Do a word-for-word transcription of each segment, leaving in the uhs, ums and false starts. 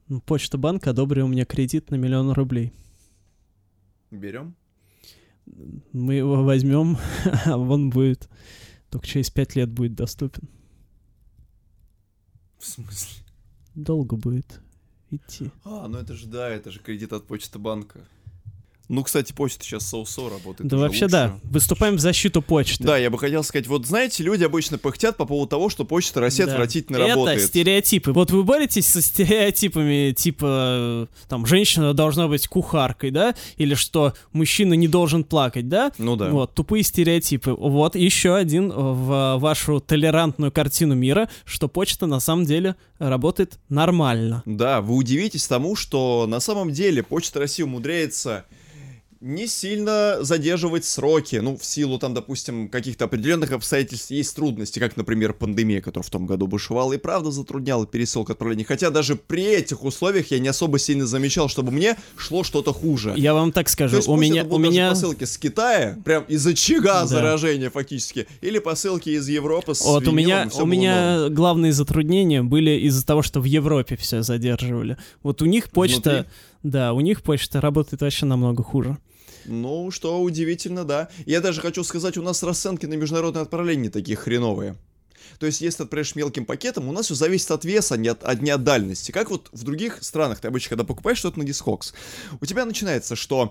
Ну, Почта банк одобрил мне кредит на миллион рублей. Берем? Мы его возьмем, а он будет... Только через пять лет будет доступен. В смысле? Долго будет идти. А, ну это же, да, это же кредит от Почта банка. Ну, кстати, почта сейчас соу-соу работает. Да вообще лучше. да, выступаем в защиту почты. Да, я бы хотел сказать, вот знаете, люди обычно пыхтят по поводу того, что почта России Да. отвратительно Это работает. стереотипы. Вот вы боретесь со стереотипами, типа, там, женщина должна быть кухаркой, да? Или что мужчина не должен плакать, да? Ну да. Вот, тупые стереотипы. Вот еще один в вашу толерантную картину мира, что почта на самом деле работает нормально. Да, вы удивитесь тому, что на самом деле почта России умудряется не сильно задерживать сроки. Ну, в силу, там, допустим, каких-то определенных обстоятельств есть трудности, как, например, пандемия, которая в том году бушевала, и правда затрудняла пересылку отправления. Хотя даже при этих условиях я не особо сильно замечал, чтобы мне шло что-то хуже. Я вам так скажу, То есть, у пусть меня... это У будут даже меня... посылки с Китая, прям из очага Да. заражения фактически, или посылки из Европы с Вот у меня, винилом, всё у было меня норм. главные затруднения были из-за того, что в Европе все задерживали. Вот у них почта... Внутри? Да, у них почта работает вообще намного хуже. Ну, что удивительно, да. Я даже хочу сказать, у нас расценки на международное отправление такие хреновые. То есть, если ты отправляешь мелким пакетом, у нас все зависит от веса, а не от, а не от дальности. Как вот в других странах, ты обычно, когда покупаешь что-то на Discogs, у тебя начинается, что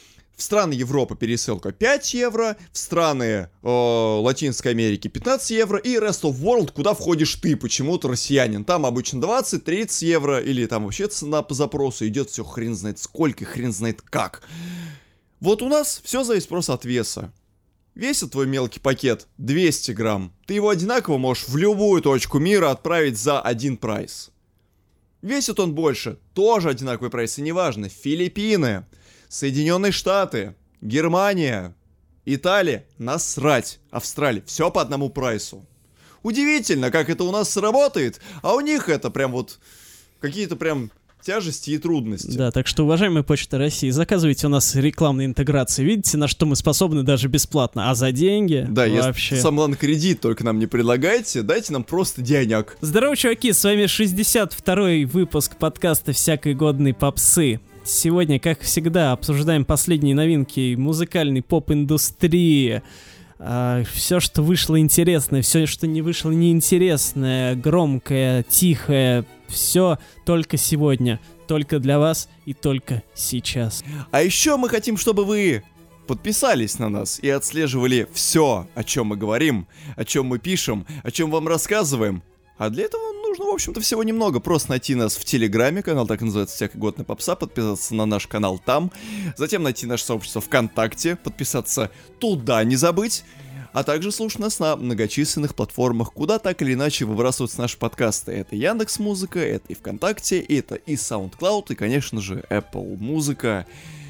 в страны Европы пересылка пять евро, в страны э, Латинской Америки пятнадцать евро, и Rest of World, куда входишь ты, почему-то россиянин. Там обычно двадцать-тридцать евро, или там вообще цена по запросу идет все хрен знает сколько, хрен знает как. Вот у нас все зависит просто от веса. Весит твой мелкий пакет двести грамм. Ты его одинаково можешь в любую точку мира отправить за один прайс. Весит он больше, тоже одинаковый прайс, и неважно. Филиппины, Соединенные Штаты, Германия, Италия, насрать. Австралия, все по одному прайсу. Удивительно, как это у нас сработает, а у них это прям вот какие-то прям... тяжести и трудности. Да, так что, уважаемая Почта России, заказывайте у нас рекламные интеграции. Видите, на что мы способны даже бесплатно. А за деньги Да, вообще... если сам кредит только нам не предлагайте, дайте нам просто денег. Здорово, чуваки, с вами шестьдесят второй выпуск подкаста «Всякой годной попсы». Сегодня, как всегда, обсуждаем последние новинки музыкальной поп-индустрии. Uh, все, что вышло интересное, все, что не вышло неинтересное, громкое, тихое, все только сегодня, только для вас и только сейчас. А еще мы хотим, чтобы вы подписались на нас и отслеживали все, о чем мы говорим, о чем мы пишем, о чем вам рассказываем. А для этого нужно, в общем-то, всего немного. Просто найти нас в Телеграме, канал так и называется «Всякая годная попса», подписаться на наш канал там, затем найти наше сообщество ВКонтакте, подписаться туда не забыть, а также слушать нас на многочисленных платформах, куда так или иначе выбрасываются наши подкасты. Это Яндекс.Музыка, это и ВКонтакте, это и SoundCloud, и, конечно же, Apple Музыка.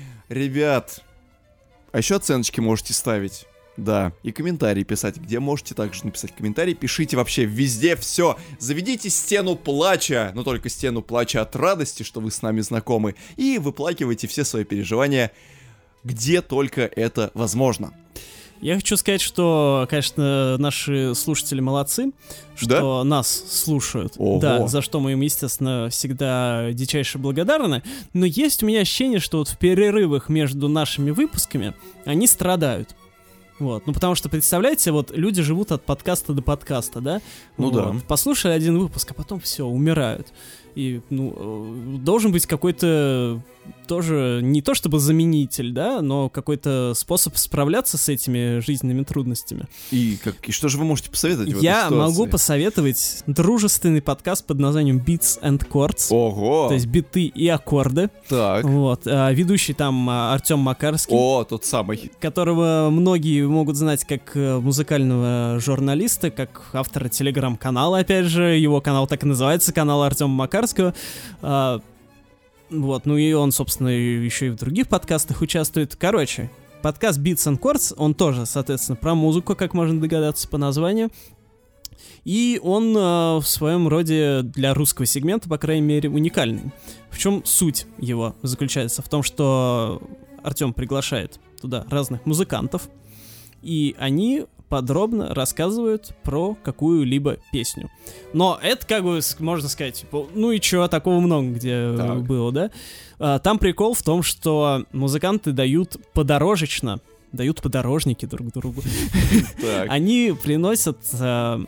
Ребят, а еще оценочки можете ставить. Да, и комментарии писать, где можете также написать комментарии, пишите вообще везде все, заведите стену плача, но только стену плача от радости, что вы с нами знакомы, и выплакивайте все свои переживания, где только это возможно. Я хочу сказать, что, конечно, наши слушатели молодцы, что Да? нас слушают. Ого. Да, за что мы им, естественно, всегда дичайше благодарны. Но есть у меня ощущение, что вот в перерывах между нашими выпусками они страдают. Вот, ну потому что, представляете, вот люди живут от подкаста до подкаста, да? Ну вот. да. Послушали один выпуск, а потом все, умирают. И, ну, должен быть какой-то тоже, не то чтобы заменитель, да, но какой-то способ справляться с этими жизненными трудностями. И, как, и что же вы можете посоветовать в этой Я ситуации? могу посоветовать дружественный подкаст под названием Beats and Chords. Ого! То есть биты и аккорды. Так. Вот. А, ведущий там а, Артем Макарский. О, тот самый. Которого многие могут знать как э, музыкального журналиста, как автора телеграм-канала, опять же, его канал так и называется, канал Артема Макарского. А, вот, ну и он, собственно, еще и в других подкастах участвует. Короче, подкаст Beats and Chords, он тоже, соответственно, про музыку, как можно догадаться по названию. И он э, в своем роде для русского сегмента, по крайней мере, уникальный. В чем суть его заключается? В том, что Артем приглашает туда разных музыкантов, и они подробно рассказывают про какую-либо песню. Но это, как бы, можно сказать, типа, ну и чё, такого много где Так. было, да? А, там прикол в том, что музыканты дают подорожечно, дают подорожники друг другу. Так. Они приносят а,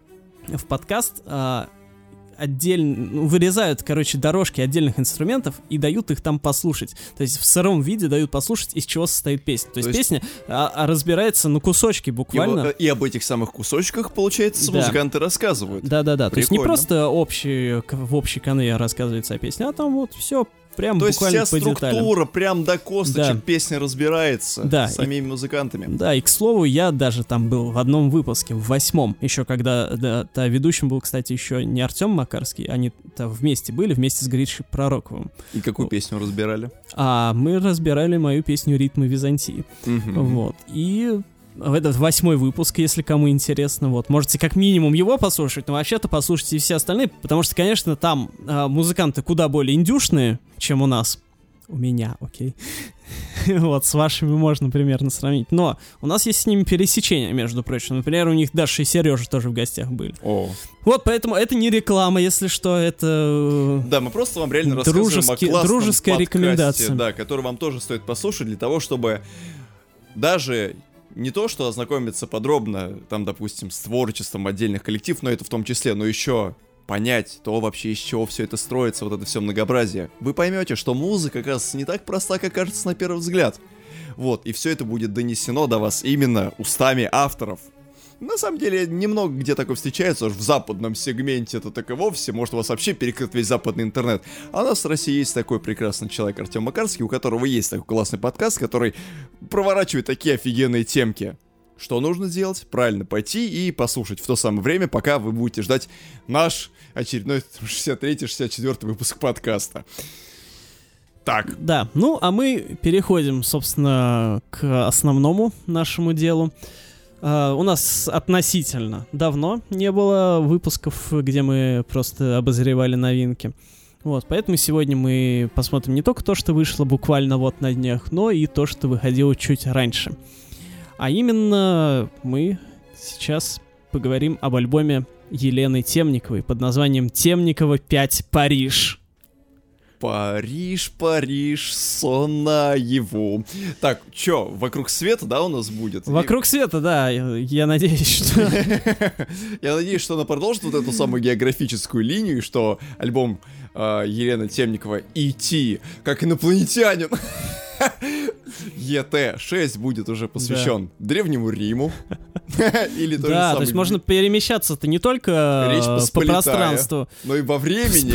в подкаст а, отдельно, ну, вырезают, короче, дорожки отдельных инструментов и дают их там послушать. То есть в сыром виде дают послушать, из чего состоит песня. То, То есть, есть песня а, а разбирается на кусочки буквально. И, и об этих самых кусочках, получается, Да. музыканты рассказывают. Да-да-да. То есть не Прикольно. просто общий, к- в общей канве рассказывается о песне, а там вот все прям То есть буквально вся по деталям. структура прям до косточек Да. песня разбирается Да, с самими музыкантами. Да, и к слову, я даже там был в одном выпуске, в восьмом, еще когда, да, та ведущим был, кстати, еще не Артем Макарский, они-то вместе были, вместе с Гришей Пророковым. И какую песню разбирали? А мы разбирали мою песню «Ритмы Византии». Мгм. Вот, и этот восьмой выпуск, если кому интересно, вот, можете как минимум его послушать, но вообще-то послушайте и все остальные, потому что, конечно, там а, музыканты куда более индюшные, чем у нас. У меня, окей. Вот, с вашими можно примерно сравнить. Но у нас есть с ними пересечения, между прочим. Например, у них Даша и Сережа тоже в гостях были. О. Вот, поэтому это не реклама, если что, это... Да, мы просто вам реально рассказываем Дружеский- о классном дружеская подкасте, рекомендация. да, который вам тоже стоит послушать для того, чтобы даже не то, что ознакомиться подробно, там, допустим, с творчеством отдельных коллективов, но это в том числе, но еще понять то вообще, из чего все это строится, вот это все многообразие. Вы поймете, что музыка, оказывается, не так проста, как кажется на первый взгляд. Вот, и все это будет донесено до вас именно устами авторов. На самом деле, немного где такое встречается, аж в западном сегменте это так и вовсе, может у вас вообще перекрыт весь западный интернет. А у нас в России есть такой прекрасный человек Артем Макарский, у которого есть такой классный подкаст, который проворачивает такие офигенные темки. Что нужно сделать? Правильно пойти и послушать в то самое время, пока вы будете ждать наш очередной шестьдесят третий шестьдесят четвёртый выпуск подкаста. Так. Да, ну а мы переходим, собственно, к основному нашему делу. Uh, у нас относительно давно не было выпусков, где мы просто обозревали новинки. Вот, поэтому сегодня мы посмотрим не только то, что вышло буквально вот на днях, но и то, что выходило чуть раньше. А именно мы сейчас поговорим об альбоме Елены Темниковой под названием «Темникова пять Париж». Париж, Париж, сон наяву. Так, чё, вокруг света, да, у нас будет? Вокруг света, да, я, я надеюсь, что... Я надеюсь, что она продолжит вот эту самую географическую линию, и что альбом э, Елены Темниковой «И Ти как инопланетянин» Е Т шесть будет уже посвящен Древнему Риму. Или то же Да, самое то есть можно перемещаться-то не только Речь э, по Посполитая, пространству. но и во времени.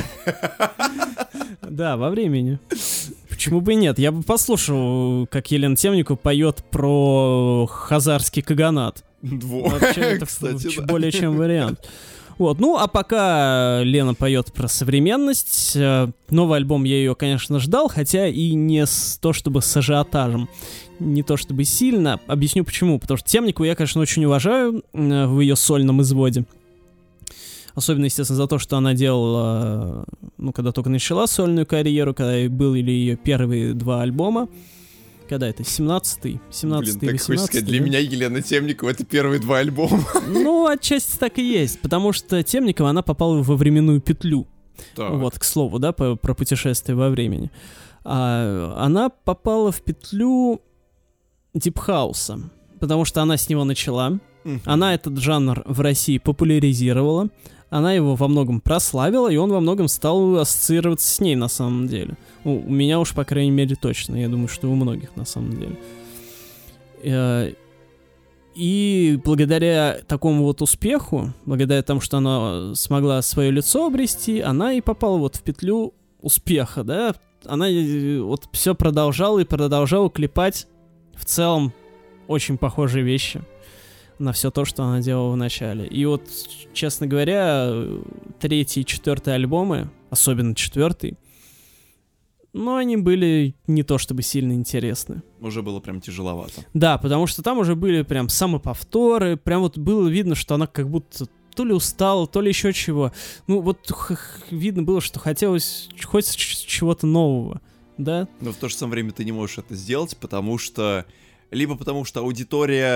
Да, во времени. Почему бы и нет? Я бы послушал, как Елена Темникова поет про хазарский каганат. Дво. Вообще, это Кстати, ч- да. более чем вариант. Вот, ну а пока Лена поет про современность, э, новый альбом я ее, конечно, ждал, хотя и не с, то чтобы с ажиотажем, не то чтобы сильно. Объясню почему. Потому что Темникову я, конечно, очень уважаю э, в ее сольном изводе. Особенно, естественно, за то, что она делала, ну, когда только начала сольную карьеру, когда были ее первые два альбома. Когда это? семнадцатый? семнадцатый, Блин, так хочется сказать, восемнадцатый, для да? меня Елена Темникова — это первые два альбома. Ну, отчасти так и есть, потому что Темникова, она попала во временную петлю. Так. Вот, к слову, да, по- про путешествие во времени. А, она попала в петлю дипхауса, потому что она с него начала. Мгм. Она этот жанр в России популяризировала, она его во многом прославила, и он во многом стал ассоциироваться с ней на самом деле. Ну, у меня уж, по крайней мере, точно. Я думаю, что у многих на самом деле. Э, И благодаря такому вот успеху, благодаря тому, что она смогла свое лицо обрести, она и попала вот в петлю успеха, да. Она э, вот все продолжала и продолжала клепать в целом очень похожие вещи на все то, что она делала в начале. И вот, честно говоря, третий и четвертый альбомы, особенно четвертый, но они были не то чтобы сильно интересны. Уже было прям тяжеловато. Да, потому что там уже были прям самоповторы, прям вот было видно, что она как будто то ли устала, то ли еще чего. Ну вот х- х- видно было, что хотелось хоть ч- чего-то нового, да? Но в то же самое время ты не можешь это сделать, потому что... Либо потому что аудитория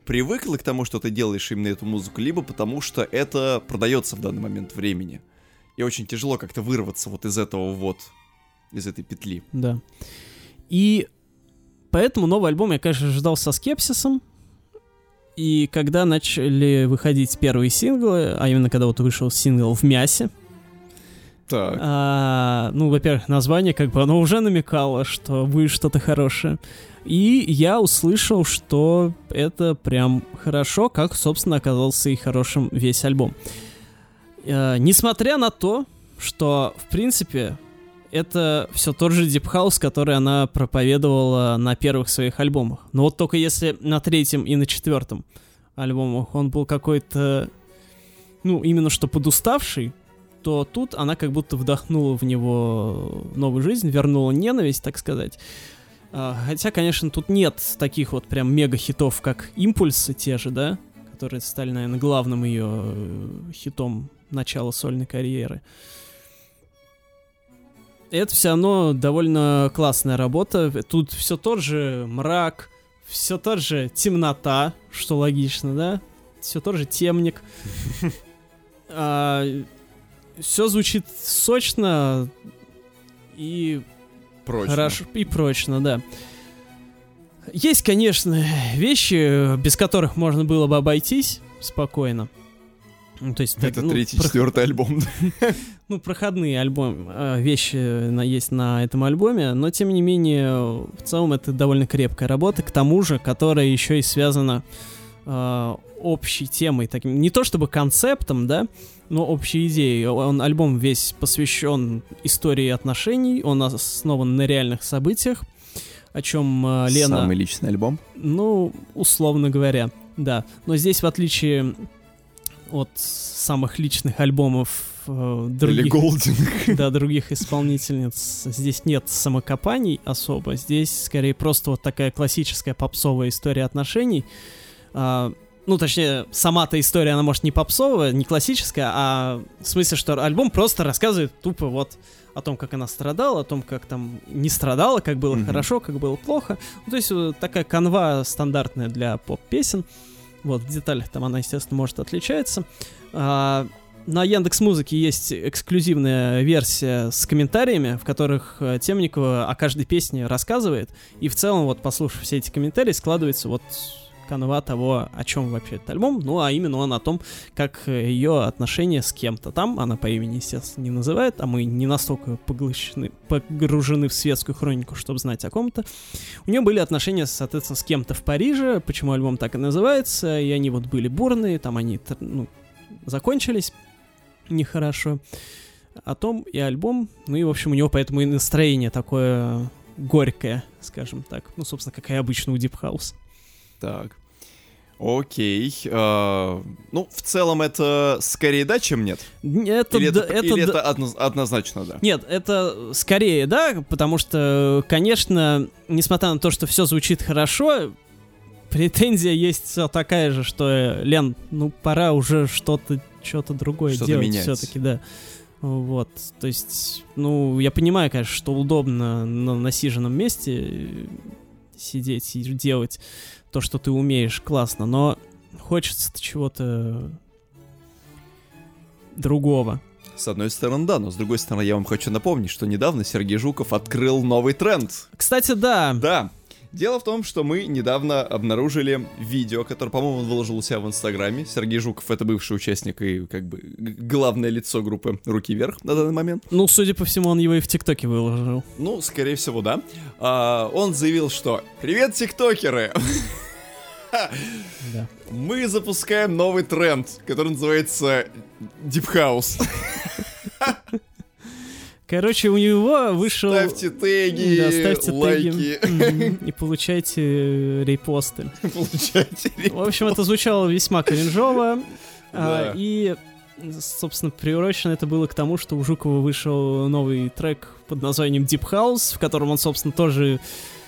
привыкла к тому, что ты делаешь именно эту музыку, либо потому что это продается в данный момент времени. И очень тяжело как-то вырваться вот из этого вот, из этой петли. Да. И поэтому новый альбом я, конечно, ждал со скепсисом. И когда начали выходить первые синглы, а именно когда вот вышел сингл «В мясе», так. А, ну, во-первых, название, как бы, оно уже намекало, что будет что-то хорошее. И я услышал, что это прям хорошо, как, собственно, оказался и хорошим весь альбом. А, несмотря на то, что, в принципе, это все тот же Deep House, который она проповедовала на первых своих альбомах. Но вот только если на третьем и на четвертом альбомах он был какой-то, ну, именно что подуставший, то тут она как будто вдохнула в него новую жизнь, вернула ненависть, так сказать. Хотя, конечно, тут нет таких вот прям мега-хитов, как «Импульсы» те же, да, которые стали, наверное, главным ее хитом начала сольной карьеры. Это все равно довольно классная работа. Тут все тот же мрак, все тот же темнота, что логично, да? Все тот же темник. Все звучит сочно и прочно. Хорошо, и прочно, да. Есть, конечно, вещи, без которых можно было бы обойтись спокойно. Ну, то есть, это так, ну, третий, про... четвертый альбом. Ну, проходные альбом, вещи есть на этом альбоме, но, тем не менее, в целом это довольно крепкая работа, к тому же, которая еще и связана э, общей темой, таким, не то чтобы концептом, да, но общей идеей. Он, альбом весь посвящен истории отношений, он основан на реальных событиях, о чем э, Лена... Самый личный альбом? Ну, условно говоря, да. Но здесь, в отличие от самых личных альбомов э, других... Или Голдинг. Да, других исполнительниц, здесь нет самокопаний особо, здесь скорее просто вот такая классическая попсовая история отношений. А, ну, точнее, сама-то история, она, может, не попсовая, не классическая, а в смысле, что альбом просто рассказывает тупо вот о том, как она страдала, о том, как там не страдала, как было mm-hmm. хорошо, как было плохо. Ну, то есть вот такая канва стандартная для поп-песен. Вот, в деталях там она, естественно, может отличаться. А, на Яндекс.Музыке есть эксклюзивная версия с комментариями, в которых Темникова о каждой песне рассказывает. И в целом, вот, послушав все эти комментарии, складывается вот канва того, о чем вообще этот альбом. Ну, а именно он о том, как ее отношения с кем-то там. Она по имени, естественно, не называет, а мы не настолько поглощены, погружены в светскую хронику, чтобы знать о ком-то. У нее были отношения, соответственно, с кем-то в Париже, почему альбом так и называется, и они вот были бурные, там они, ну, закончились нехорошо. О том и альбом, ну и, в общем, у него поэтому и настроение такое горькое, скажем так. Ну, собственно, как и обычно у Deep House. Так, окей. А, ну, в целом это скорее да, чем нет? Это, или да, это, это, или да... это одно, однозначно да? Нет, это скорее да, потому что, конечно, несмотря на то, что все звучит хорошо, претензия есть все такая же, что, Лен, ну пора уже что-то, что-то другое что-то делать менять. все-таки, да. Вот, то есть, ну, я понимаю, конечно, что удобно на насиженном месте сидеть и делать то, что ты умеешь, классно, но хочется-то чего-то другого. С одной стороны, да, но с другой стороны, я вам хочу напомнить, что недавно Сергей Жуков открыл новый тренд. Кстати, да. Да. Дело в том, что мы недавно обнаружили видео, которое, по-моему, он выложил у себя в Инстаграме. Сергей Жуков — это бывший участник и, как бы, главное лицо группы «Руки вверх» на данный момент. Ну, судя по всему, он его и в ТикТоке выложил. Ну, скорее всего, да. А, он заявил, что «Привет, тиктокеры!» Да. Мы запускаем новый тренд, который называется Deep House. Короче, у него вышел... Ставьте теги, да, ставьте лайки. Теги, и получайте репосты. Получайте репосты. В общем, это звучало весьма кринжово. Да. А, и, собственно, приурочено это было к тому, что у Жукова вышел новый трек под названием Deep House, в котором он, собственно, тоже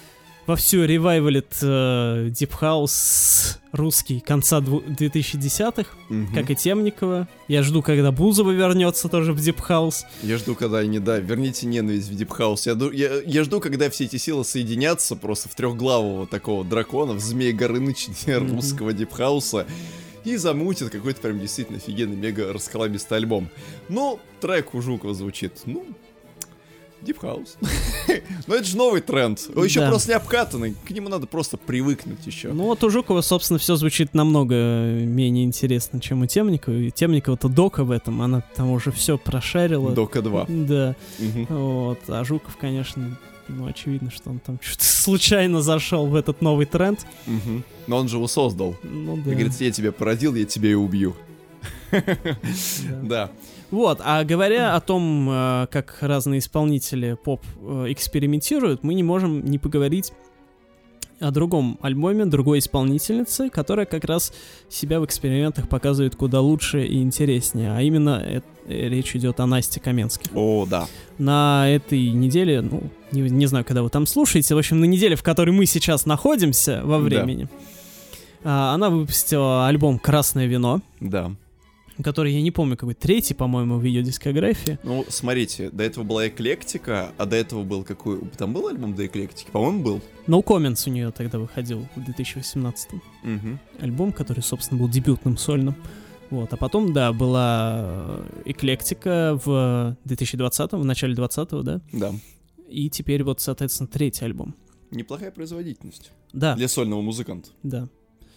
вовсю ревайвалит э, Deep House русский конца двухтысячных, Мгм. как и Темникова. Я жду, когда Бузова вернется тоже в Deep House. Я жду, когда они, да, верните ненависть в Deep House. Я, ду- я, я жду, когда все эти силы соединятся просто в трехглавого такого дракона, в Змея Горыныча Мгм. русского Deep House, и замутит какой-то прям действительно офигенный, мега расколобистый альбом. Ну, трек у Жукова звучит, ну, Deep House. Но это же новый тренд. Он еще Да. просто не обкатанный, к нему надо просто привыкнуть еще. Ну вот у Жукова, собственно, все звучит намного менее интересно, чем у Темникова. И Темникова-то дока в этом, она там уже все прошарила. Дока два. Да. Мгм. Вот. А Жуков, конечно, ну, очевидно, что он там что-то случайно зашел в этот новый тренд. Мгм. Но он же его создал. Ну Как да. говорится, я тебя породил, я тебя и убью. да. Да. Вот, а говоря о том, э, как разные исполнители поп э, экспериментируют, мы не можем не поговорить о другом альбоме, другой исполнительницы, которая как раз себя в экспериментах показывает куда лучше и интереснее. А именно э, э, речь идет о Насте Каменских. О, да. На этой неделе, ну, не, не знаю, когда вы там слушаете, в общем, на неделе, в которой мы сейчас находимся во времени, а, она выпустила альбом «Красное вино», Да. который, я не помню, какой третий, по-моему, в ее дискографии. Ну, смотрите, до этого была эклектика, а до этого был какой... Там был альбом до эклектики? По-моему, был. No Comments у нее тогда выходил в две тысячи восемнадцатом. Мгм. Альбом, который, собственно, был дебютным сольным. Вот. А потом, да, была эклектика в две тысячи двадцатом, в начале двадцатого, да. Да. И теперь вот, соответственно, третий альбом. Неплохая производительность. Да, Для сольного музыканта. да.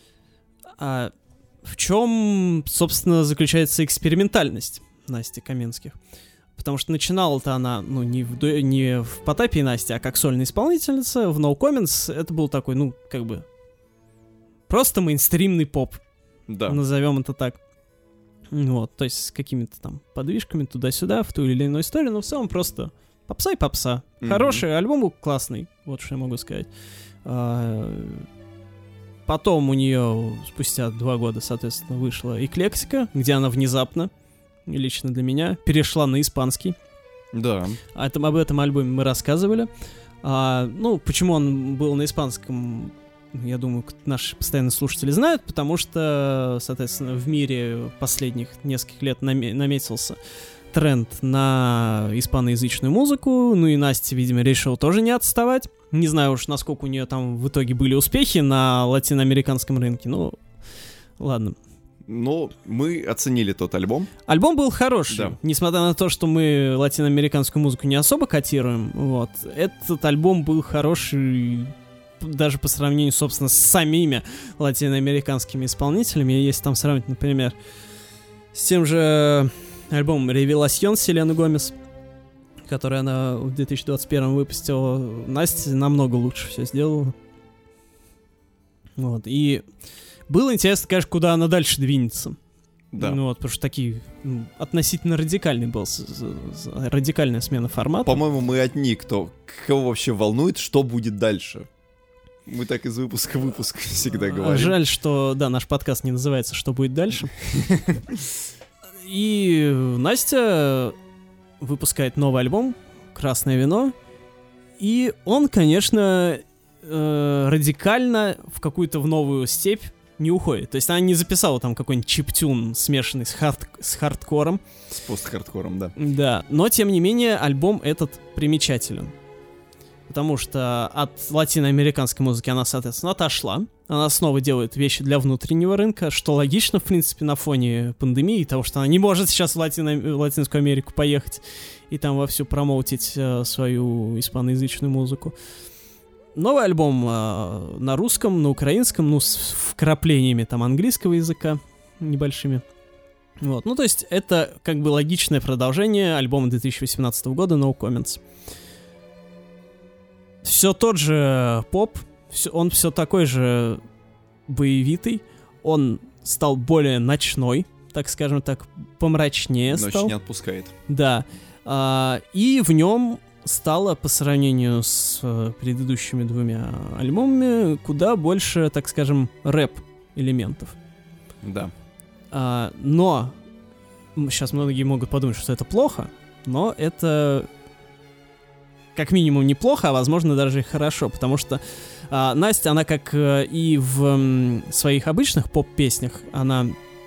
А в чем, собственно, заключается экспериментальность Насти Каменских? Потому что начинала-то она, ну, не в, ду- не в Потапе и Насте, а как сольная исполнительница. В No Comments это был такой, ну, как бы, просто мейнстримный поп. Да. Назовем это так. Вот, то есть с какими-то там подвижками туда-сюда, в ту или иную историю, но в целом просто попса и попса. Мгм. Хороший альбом был классный, вот что я могу сказать. А, Потом у нее спустя два года, соответственно, вышла «Эклектика», где она внезапно, лично для меня, перешла на испанский. Да. А это, об этом альбоме мы рассказывали. А, ну, почему он был на испанском, я думаю, к- наши постоянные слушатели знают, потому что, соответственно, в мире последних нескольких лет наме- наметился тренд на испаноязычную музыку, ну и Настя, видимо, решила тоже не отставать. Не знаю уж, насколько у нее там в итоге были успехи на латиноамериканском рынке, ну, ладно. Но мы оценили тот альбом. Альбом был хороший, Да. несмотря на то, что мы латиноамериканскую музыку не особо котируем, вот, этот альбом был хороший даже по сравнению, собственно, с самими латиноамериканскими исполнителями. Если там сравнить, например, с тем же альбомом «Ревеласьон» Селены Гомес, который она в две тысячи двадцать первом выпустила, Настя намного лучше все сделала. Вот, и было интересно, конечно, куда она дальше двинется. Да. Ну вот, потому что такие ну, относительно радикальный был, с- с- с- радикальная смена формата. По-моему, мы одни, кто... Кого вообще волнует, что будет дальше. Мы так из выпуска в выпуск всегда А, говорим. Жаль, что, да, наш подкаст не называется «Что будет дальше?». И Настя выпускает новый альбом «Красное вино», и он, конечно, э, радикально в какую-то в новую степь не уходит. То есть она не записала там какой-нибудь чиптюн, смешанный с, хард- с хардкором. С пост-хардкором, да. Да, но тем не менее альбом этот примечателен. Потому что от латиноамериканской музыки она, соответственно, отошла. Она снова делает вещи для внутреннего рынка, что логично, в принципе, на фоне пандемии, и того, что она не может сейчас в, Латино- в Латинскую Америку поехать и там вовсю промоутить э, свою испаноязычную музыку. Новый альбом э, на русском, на украинском, ну, с вкраплениями там английского языка небольшими. Вот, ну, то есть это как бы логичное продолжение альбома две тысячи восемнадцатого года No Comments. Все тот же поп, всё- он все такой же боевитый, он стал более ночной, так скажем так, помрачнее Ночь стал. не отпускает. Да. А, и в нем стало, по сравнению с э, предыдущими двумя альбомами, куда больше, так скажем, рэп-элементов. Да. А, но сейчас многие могут подумать, что это плохо, но это как минимум неплохо, а возможно даже и хорошо, потому что а, Настя, она как а, и в м, своих обычных поп-песнях, она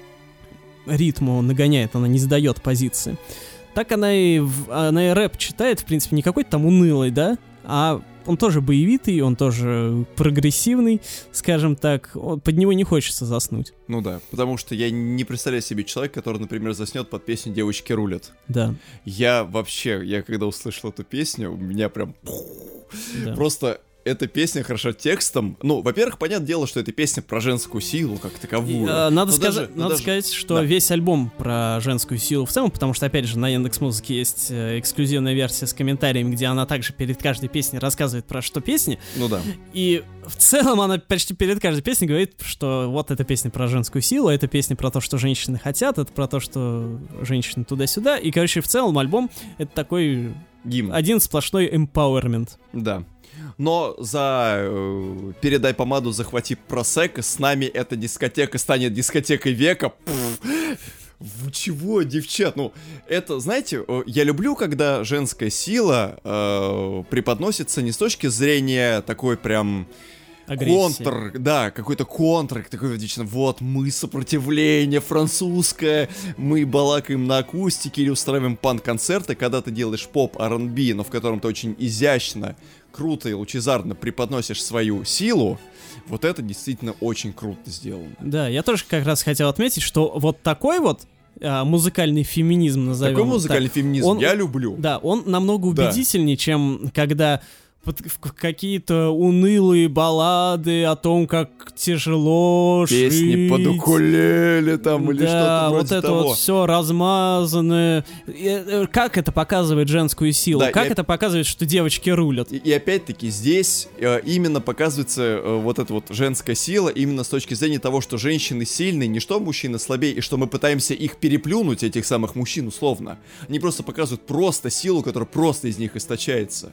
ритму нагоняет, она не сдает позиции. Так она и, в, она и рэп читает, в принципе, не какой-то там унылый, да, а он тоже боевитый, он тоже прогрессивный, скажем так, он, под него не хочется заснуть. Ну да, потому что я не представляю себе человека, который, например, заснет под песню «Девочки рулят». Да. Я вообще, я когда услышал эту песню, у меня прям... Да. Просто... Эта песня хороша текстом. Ну, во-первых, понятное дело, что это песня про женскую силу, как таковую. И, э, надо но сказать, даже, надо даже... сказать, что да. весь альбом про женскую силу в целом, потому что, опять же, на Яндекс.Музыке есть э, эксклюзивная версия с комментариями, где она также перед каждой песней рассказывает про что песни. Ну да. И в целом она почти перед каждой песней говорит, что вот эта песня про женскую силу, это песня про то, что женщины хотят, это про то, что женщины туда-сюда. И, короче, в целом альбом это такой... Гимн. Один сплошной empowerment. Да. Но за э, «Передай помаду, захвати просека», с нами эта дискотека станет дискотекой века. Пфф. Вы чего, девчат? Ну, это, знаете, я люблю, когда женская сила э, преподносится не с точки зрения такой прям... Агрессия. Контр, да, какой-то контр, такой вечно, вот, мы сопротивление французское, мы балакаем на акустике или устраиваем панк-концерты, когда ты делаешь поп, ар энд би, но в котором ты очень изящно, круто и лучезарно преподносишь свою силу, вот это действительно очень круто сделано. Да, я тоже как раз хотел отметить, что вот такой вот а, музыкальный феминизм, назовем. Такой музыкальный так, феминизм он, я люблю. Да, он намного Да. убедительнее, чем когда... какие-то унылые баллады о том, как тяжело Песни жить. под укулеле там или да, что-то вроде вот это того. вот все размазанное. И, как это показывает женскую силу? Да, как и... это показывает, что девочки рулят? И, и опять-таки здесь э, именно показывается э, вот эта вот женская сила именно с точки зрения того, что женщины сильные, не что мужчины слабее, и что мы пытаемся их переплюнуть, этих самых мужчин условно. Они просто показывают просто силу, которая просто из них источается.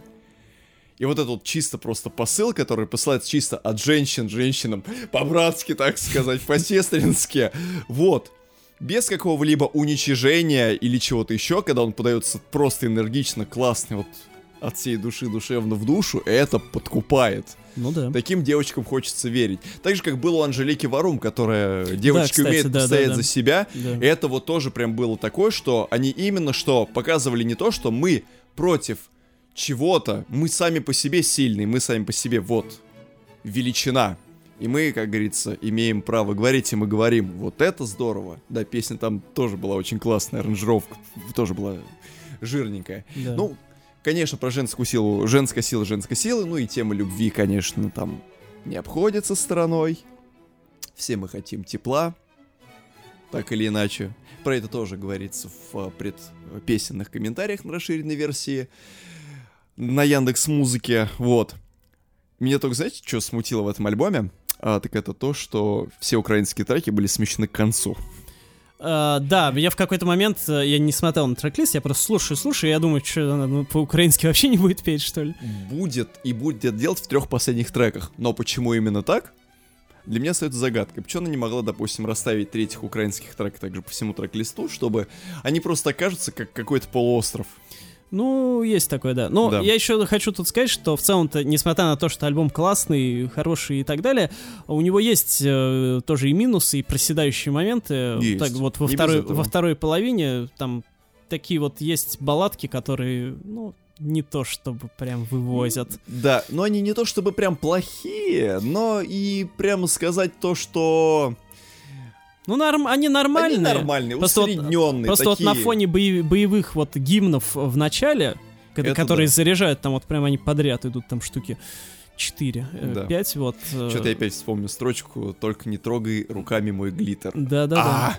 И вот этот вот чисто просто посыл, который посылается чисто от женщин женщинам, по-братски, так сказать, по-сестрински, вот, без какого-либо уничижения или чего-то еще, когда он подается просто энергично, классно, вот, от всей души душевно в душу, это подкупает. Ну да. Таким девочкам хочется верить. Так же, как было у Анжелики Варум, которая девочки да, кстати, умеет да, постоять да, да. за себя, Да. это вот тоже прям было такое, что они именно что показывали не то, что мы против чего-то, мы сами по себе сильные, мы сами по себе, вот, величина. И мы, как говорится, имеем право говорить, и мы говорим, вот это здорово. Да, песня там тоже была очень классная, аранжировка тоже была жирненькая. Да. Ну, конечно, про женскую силу, женская сила, женская сила, ну и тема любви, конечно, там не обходится стороной. Все мы хотим тепла, так или иначе. Про это тоже говорится в предпесенных комментариях на расширенной версии на Яндекс.Музыке, вот. Меня только, знаете, что смутило в этом альбоме? А, так это то, что все украинские треки были смещены к концу. Uh, да, я в какой-то момент, uh, я не смотрел на трек-лист, я просто слушаю, слушаю, и я думаю, что она ну, по-украински вообще не будет петь, что ли? Будет и будет делать в трех последних треках. Но почему именно так? Для меня остается загадкой. Почему она не могла, допустим, расставить третьих украинских треков также по всему трек-листу, чтобы они просто окажутся как какой-то полуостров? Ну, есть такое, да. Но да. я еще хочу тут сказать, что в целом-то, несмотря на то, что альбом классный, хороший и так далее, у него есть э, тоже и минусы, и проседающие моменты. Есть. Так вот во второй, во второй половине там такие вот есть балладки, которые, ну, не то чтобы прям вывозят. Да, но они не то чтобы прям плохие, но и прямо сказать то, что... Ну, норм, они нормальные. Они нормальные, просто усредненные. Вот, просто такие... вот на фоне боев, боевых вот гимнов в начале, когда, которые да. заряжают, там вот прям они подряд идут, там штуки четыре, да. пять, вот. Что-то я опять вспомню строчку «Только не трогай руками мой глиттер». Да-да-да.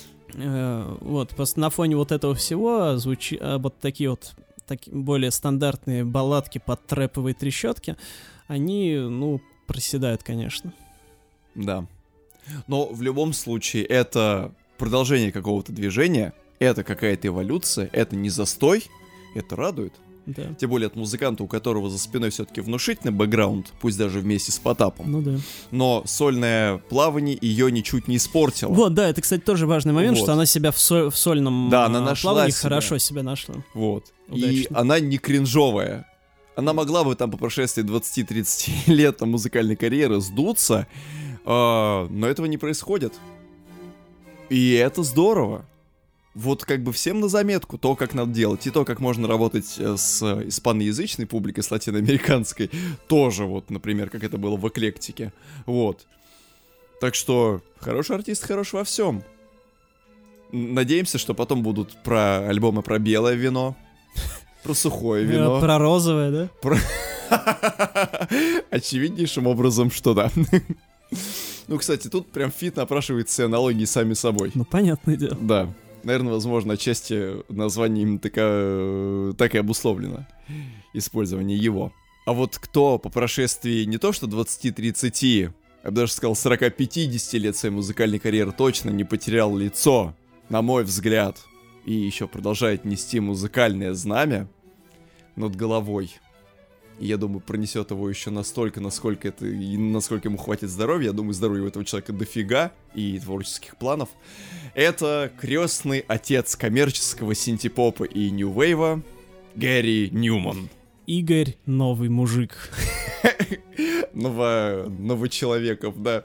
Э, вот, просто на фоне вот этого всего звучат вот такие вот такие более стандартные балладки под трэповые трещотки, они, ну, проседают, конечно. Да. Но в любом случае это продолжение какого-то движения, это какая-то эволюция, это не застой, это радует. Да. Тем более от музыканта, у которого за спиной все-таки внушительный бэкграунд, пусть даже вместе с Потапом. Ну да. Но сольное плавание ее ничуть не испортило. Вот, да, это, кстати, тоже важный момент, вот. что она себя в, соль, в сольном да, она нашла плавании себя. хорошо себя нашла. Вот. Удачно. И она не кринжовая. Она могла бы там по прошествии двадцати-тридцати лет там, музыкальной карьеры сдуться, э, но этого не происходит. И это здорово. Вот как бы всем на заметку то, как надо делать, и то, как можно работать с испаноязычной публикой, с латиноамериканской, тоже вот, например, как это было в «Эклектике». Вот. Так что хороший артист хорош во всем. Надеемся, что потом будут про альбомы про белое вино, про сухое вино. Про розовое, да? Про... Очевиднейшим образом, что да. Ну, кстати, тут прям фит напрашивается аналогии сами собой. Ну, понятное дело. Да. Наверное, возможно, отчасти название именно така... так и обусловлено. Использование его. А вот кто по прошествии не то что двадцати-тридцати, я бы даже сказал сорока-пятидесяти лет своей музыкальной карьеры точно не потерял лицо, на мой взгляд, и еще продолжает нести музыкальное знамя над головой. И я думаю, пронесет его еще настолько, насколько это, и насколько ему хватит здоровья. Я думаю, здоровья у этого человека дофига и творческих планов. Это крестный отец коммерческого синти-попа и нью-вейва Гэри Ньюман. Игорь новый мужик. Ново... Новочеловеков, да.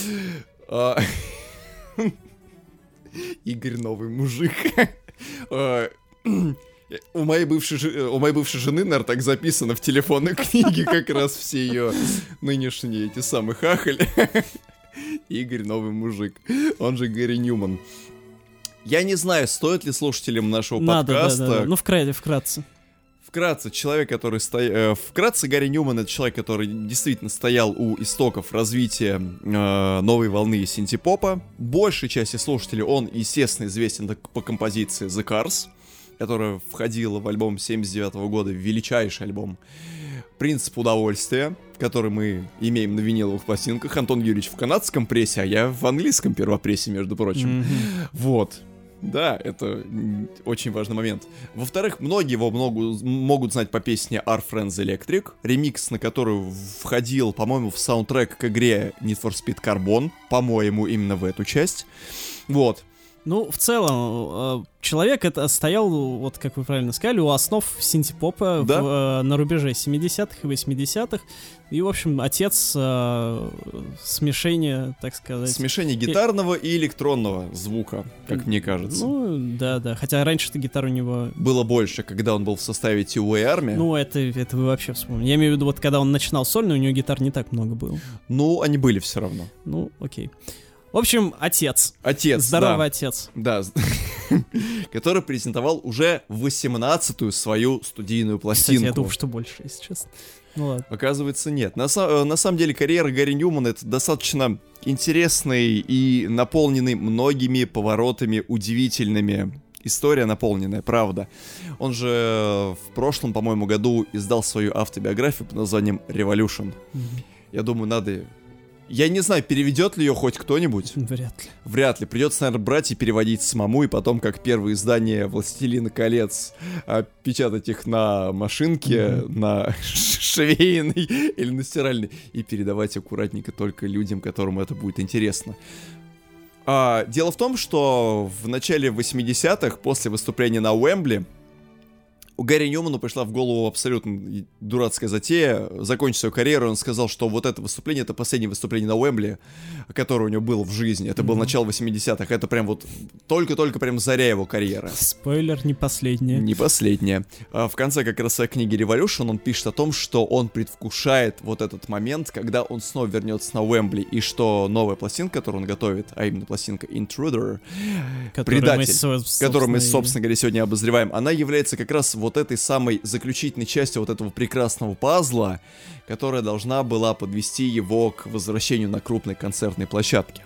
Игорь новый мужик. У моей, бывшей, у моей бывшей жены, наверное, так записано в телефонной книге как раз все ее нынешние эти самые хахали. Игорь новый мужик, он же Гэри Ньюман. Я не знаю, стоит ли слушателям нашего Надо, подкаста... Да, да, да. Ну, вкратце, вкратце. Вкратце, человек, который стоял... Э, вкратце, Гэри Ньюман — это человек, который действительно стоял у истоков развития э, новой волны синти-попа. Большей части слушателей он, естественно, известен по композиции The Cars, которая входила в альбом семьдесят девятого года, величайший альбом «Принцип удовольствия», который мы имеем на виниловых пластинках. Антон Юрьевич в канадском прессе, а я в английском первопрессе, между прочим. Mm-hmm. Вот. Да, это очень важный момент. Во-вторых, многие его много, могут знать по песне Our Friends Electric, ремикс на которую входил, по-моему, в саундтрек к игре Need for Speed Carbon, по-моему, именно в эту часть. Вот. Ну, в целом, человек это стоял, вот как вы правильно сказали, у основ синти-попа да? в, на рубеже семидесятых и восьмидесятых. И, в общем, отец э, смешения, так сказать. Смешение гитарного и... и электронного звука, как мне кажется. Ну, да-да, хотя раньше-то гитар у него... Было больше, когда он был в составе Two Way Army. Ну, это, это вы вообще вспомните. Я имею в виду, вот когда он начинал сольно, у него гитар не так много было. Ну, они были все равно. Ну, окей. В общем, отец. Отец, Здоровый да. отец. Да, который презентовал уже восемнадцатую свою студийную пластинку. Кстати, я думал, что больше, если честно. Ну ладно. Оказывается, нет. На, на самом деле, карьера Гэри Ньюмана — это достаточно интересный и наполненный многими поворотами, удивительными. История наполненная, правда. Он же в прошлом, по-моему, году издал свою автобиографию под названием «Revolution». Mm-hmm. Я думаю, надо... Я не знаю, переведет ли ее хоть кто-нибудь. Вряд ли. Вряд ли. Придется, наверное, брать и переводить самому, и потом, как первое издание «Властелина колец», печатать их на машинке, mm-hmm. на швейной или на стиральной, и передавать аккуратненько только людям, которым это будет интересно. А, дело в том, что в начале восьмидесятых, после выступления на Уэмбли, у Гэри Ньюману пришла в голову абсолютно дурацкая затея закончить свою карьеру. Он сказал, что вот это выступление — это последнее выступление на Уэмбли, которое у него было в жизни. Это mm-hmm. было начало восьмидесятых. Это прям вот только-только прям заря его карьеры. Спойлер, не последнее. Не последнее. А в конце как раз своей книги «Revolution» он пишет о том, что он предвкушает вот этот момент, когда он снова вернется на Уэмбли, и что новая пластинка, которую он готовит, а именно пластинка «Intruder», «Предатель», мы, которую мы, собственно говоря, сегодня обозреваем, она является как раз вот этой самой заключительной частью вот этого прекрасного пазла, которая должна была подвести его к возвращению на крупной концертной площадке.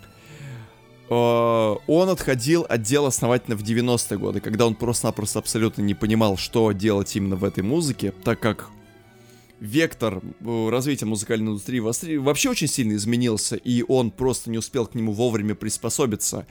Он отходил от дела основательно в девяностые годы, когда он просто-напросто абсолютно не понимал, что делать именно в этой музыке, так как вектор развития музыкальной индустрии вообще очень сильно изменился, и он просто не успел к нему вовремя приспособиться.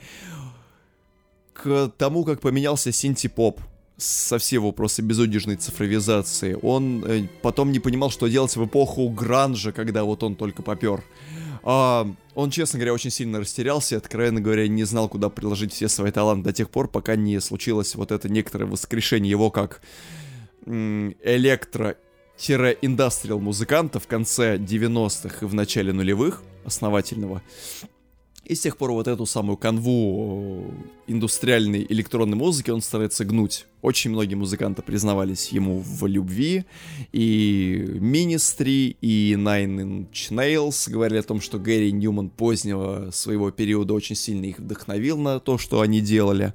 К тому, как поменялся синти-поп со всей его просто безудержной цифровизации. Он э, потом не понимал, что делать в эпоху гранжа, когда вот он только попер. А, он, честно говоря, очень сильно растерялся и, откровенно говоря, не знал, куда приложить все свои таланты до тех пор, пока не случилось вот это некоторое воскрешение его как м- электро индастриал музыканта в конце девяностых и в начале нулевых, основательного. И с тех пор вот эту самую канву индустриальной электронной музыки он старается гнуть. Очень многие музыканты признавались ему в любви. И Ministry, и Nine Inch Nails говорили о том, что Гэри Ньюман позднего своего периода очень сильно их вдохновил на то, что они делали.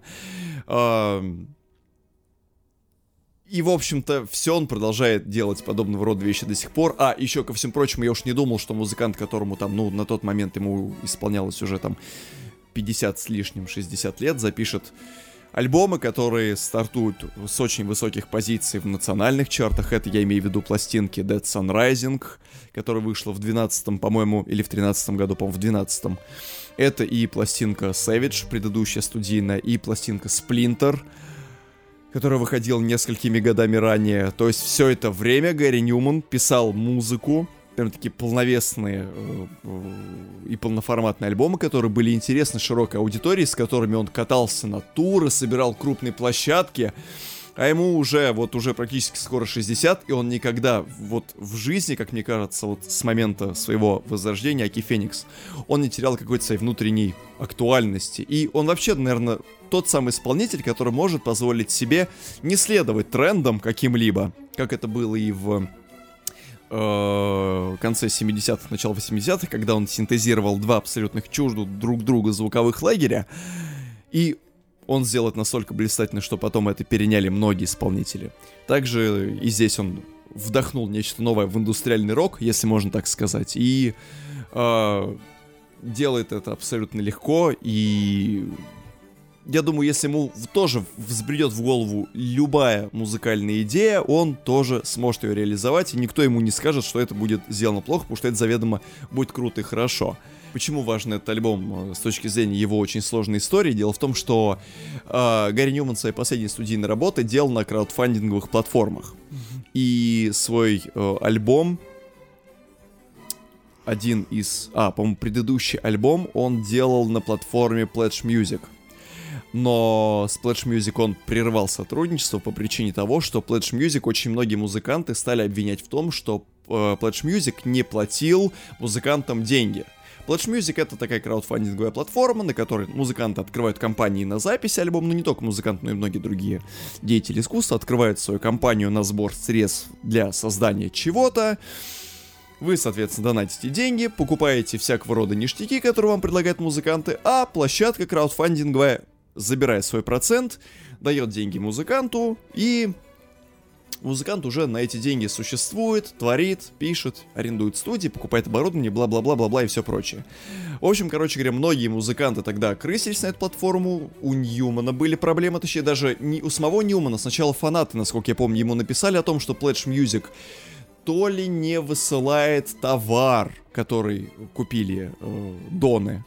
И, в общем-то, все он продолжает делать подобного рода вещи до сих пор. А, еще ко всему прочему, я уж не думал, что музыкант, которому там, ну, на тот момент ему исполнялось уже там пятьдесят с лишним, шестьдесят лет, запишет альбомы, которые стартуют с очень высоких позиций в национальных чартах. Это я имею в виду пластинки Dead Sun Rising, которая вышла в двенадцатом, по-моему, или в тринадцатом году, по-моему, в двенадцатом. Это и пластинка Savage, предыдущая студийная, и пластинка Splinter, который выходил несколькими годами ранее. То есть все это время Гэри Ньюман писал музыку, прям такие полновесные э, э, и полноформатные альбомы, которые были интересны широкой аудитории, с которыми он катался на туры, собирал крупные площадки. А ему уже, вот уже практически скоро шестьдесят, и он никогда вот в жизни, как мне кажется, вот с момента своего возрождения, Аки Феникс, он не терял какой-то своей внутренней актуальности. И он вообще, наверное, тот самый исполнитель, который может позволить себе не следовать трендам каким-либо, как это было и в э, конце семидесятых, начало восьмидесятых, когда он синтезировал два абсолютных чуждых друг друга звуковых лагеря, и он сделал это настолько блистательно, что потом это переняли многие исполнители. Также и здесь он вдохнул нечто новое в индустриальный рок, если можно так сказать, и э, делает это абсолютно легко. И я думаю, если ему тоже взбредет в голову любая музыкальная идея, он тоже сможет ее реализовать, и никто ему не скажет, что это будет сделано плохо, потому что это заведомо будет круто и хорошо. Почему важен этот альбом с точки зрения его очень сложной истории? Дело в том, что э, Гэри Ньюман свои последние студийные работы делал на краудфандинговых платформах. Mm-hmm. И свой э, альбом, один из... А, по-моему, предыдущий альбом он делал на платформе Pledge Music. Но с Pledge Music он прервал сотрудничество по причине того, что Pledge Music очень многие музыканты стали обвинять в том, что э, Pledge Music не платил музыкантам деньги. Pledge Music — это такая краудфандинговая платформа, на которой музыканты открывают компании на запись альбома, ну не только музыканты, но и многие другие деятели искусства открывают свою компанию на сбор средств для создания чего-то. Вы, соответственно, донатите деньги, покупаете всякого рода ништяки, которые вам предлагают музыканты, а площадка краудфандинговая забирает свой процент, дает деньги музыканту, и музыкант уже на эти деньги существует, творит, пишет, арендует студии, покупает оборудование, бла-бла-бла-бла-бла и все прочее. В общем, короче говоря, многие музыканты тогда крысились на эту платформу, у Ньюмана были проблемы, точнее даже не у самого Ньюмана, сначала фанаты, насколько я помню, ему написали о том, что Pledge Music то ли не высылает товар, который купили э, доны,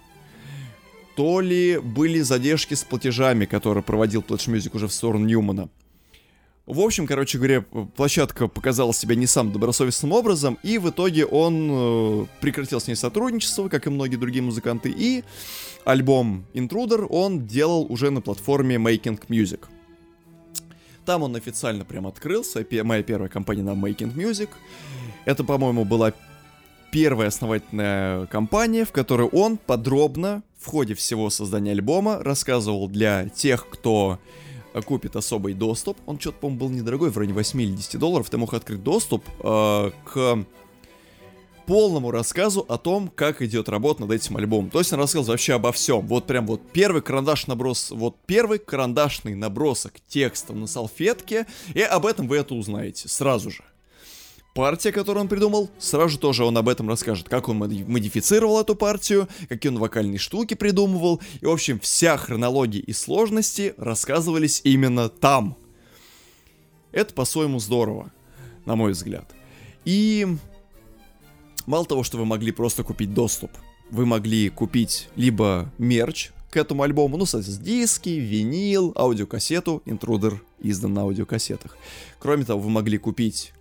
то ли были задержки с платежами, которые проводил Pledge Music уже в сторону Ньюмана. В общем, короче говоря, площадка показала себя не самым добросовестным образом, и в итоге он э, прекратил с ней сотрудничество, как и многие другие музыканты, и альбом Intruder он делал уже на платформе Making Music. Там он официально прям открылся, моя первая компания на Making Music. Это, по-моему, была первая основательная компания, в которой он подробно в ходе всего создания альбома рассказывал для тех, кто купит особый доступ. Он что-то, по-моему, был недорогой, в районе восемь или десять долларов. Ты мог открыть доступ э, к полному рассказу о том, как идет работа над этим альбомом. То есть он рассказал вообще обо всем. Вот прям вот первый карандаш наброс, вот первый карандашный набросок текста на салфетке, и об этом вы это узнаете сразу же. Партия, которую он придумал, сразу же тоже он об этом расскажет, как он модифицировал эту партию, какие он вокальные штуки придумывал, и, в общем, вся хронология и сложности рассказывались именно там. Это по-своему здорово, на мой взгляд. И мало того, что вы могли просто купить доступ, вы могли купить либо мерч к этому альбому, ну, соответственно, диски, винил, аудиокассету. Intruder издан на аудиокассетах. Кроме того, вы могли купить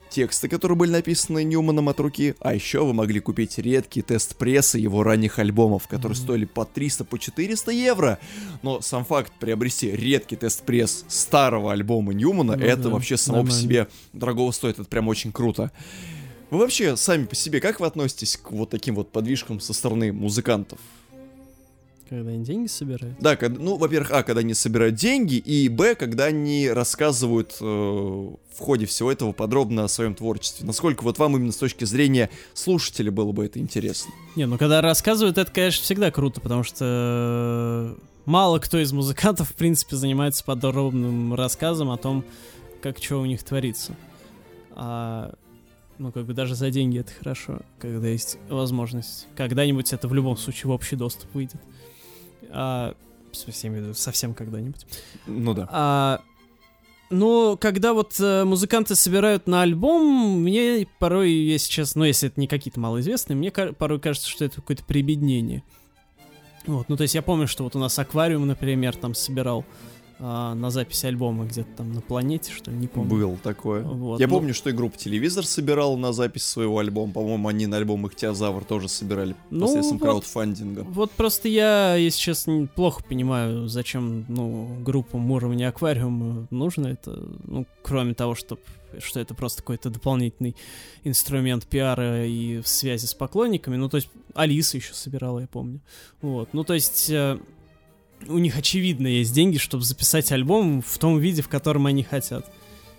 тексты, которые были написаны Ньюманом от руки, а еще вы могли купить редкий тест прессы его ранних альбомов, которые mm-hmm. стоили по триста, по четыреста евро. Но сам факт приобрести редкий тест пресс старого альбома Ньюмана, mm-hmm. это вообще само mm-hmm. по себе дорого стоит, это прям очень круто. Вы вообще сами по себе, как вы относитесь к вот таким вот подвижкам со стороны музыкантов? Когда они деньги собирают? Да, когда, ну, во-первых, а, когда они собирают деньги, и, б, когда они рассказывают э, в ходе всего этого подробно о своем творчестве. Насколько вот вам именно с точки зрения слушателя было бы это интересно? Не, ну когда рассказывают, это, конечно, всегда круто, потому что мало кто из музыкантов, в принципе, занимается подробным рассказом о том, как что у них творится. А, ну, как бы даже за деньги это хорошо, когда есть возможность. Когда-нибудь это в любом случае в общий доступ выйдет. А, в смысле, я имею в виду, совсем когда-нибудь. Ну да. А, ну, когда вот э, музыканты собирают на альбом, мне порой, если честно, ну, если это не какие-то малоизвестные, мне ка- порой кажется, что это какое-то прибеднение. Вот, ну, то есть я помню, что вот у нас Аквариум, например, там собирал а, на запись альбома где-то там на планете, что ли, не помню. Был такое. Вот, я ну... помню, что и группа «Телевизор» собирала на запись своего альбома. По-моему, они на альбом «Ихтиозавр» тоже собирали ну, посредством вот, краудфандинга. Вот просто я, если честно, плохо понимаю, зачем, ну, группам уровня «Аквариум» нужно это, ну, кроме того, что, что это просто какой-то дополнительный инструмент пиара и в связи с поклонниками. Ну, то есть Алиса еще собирала, я помню. Вот, ну, то есть... У них, очевидно, есть деньги, чтобы записать альбом в том виде, в котором они хотят.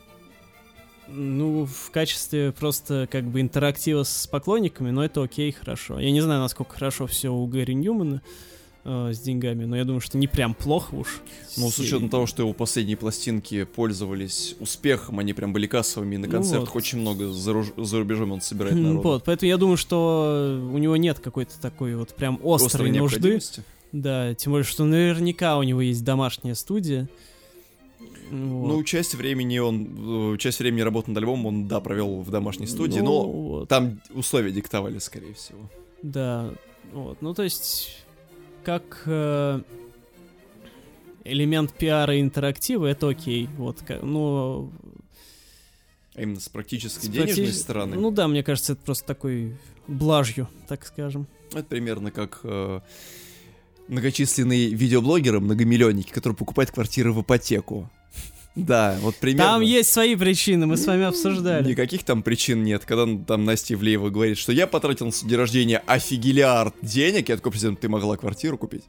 Ну, в качестве просто как бы интерактива с поклонниками, но это окей, хорошо. Я не знаю, насколько хорошо все у Гэри Ньюмана э, с деньгами, но я думаю, что не прям плохо уж. Ну, с учетом того, что его последние пластинки пользовались успехом, они прям были кассовыми, и на концертах ну вот. Очень много за, руж... за рубежом он собирает народу. Вот, поэтому я думаю, что у него нет какой-то такой вот прям острой, острой нужды. Да, тем более, что наверняка у него есть домашняя студия. Вот. Ну, часть времени он, часть времени работы над альбомом он, да, провел в домашней студии, ну, но вот. Там условия диктовали, скорее всего. Да, вот, ну, то есть, как э, элемент пиара и интерактива, это окей, вот, ну... А именно с практической с денежной практи... стороны? Ну да, мне кажется, это просто такой блажью, так скажем. Это примерно как... Э... многочисленные видеоблогеры, многомиллионники, которые покупают квартиры в ипотеку. Да, вот примерно. Там есть свои причины, мы с вами обсуждали. Никаких там причин нет. Когда там Настя Ивлеева говорит, что я потратил на день рождения офигелиард денег, я такой, президент, ты могла квартиру купить?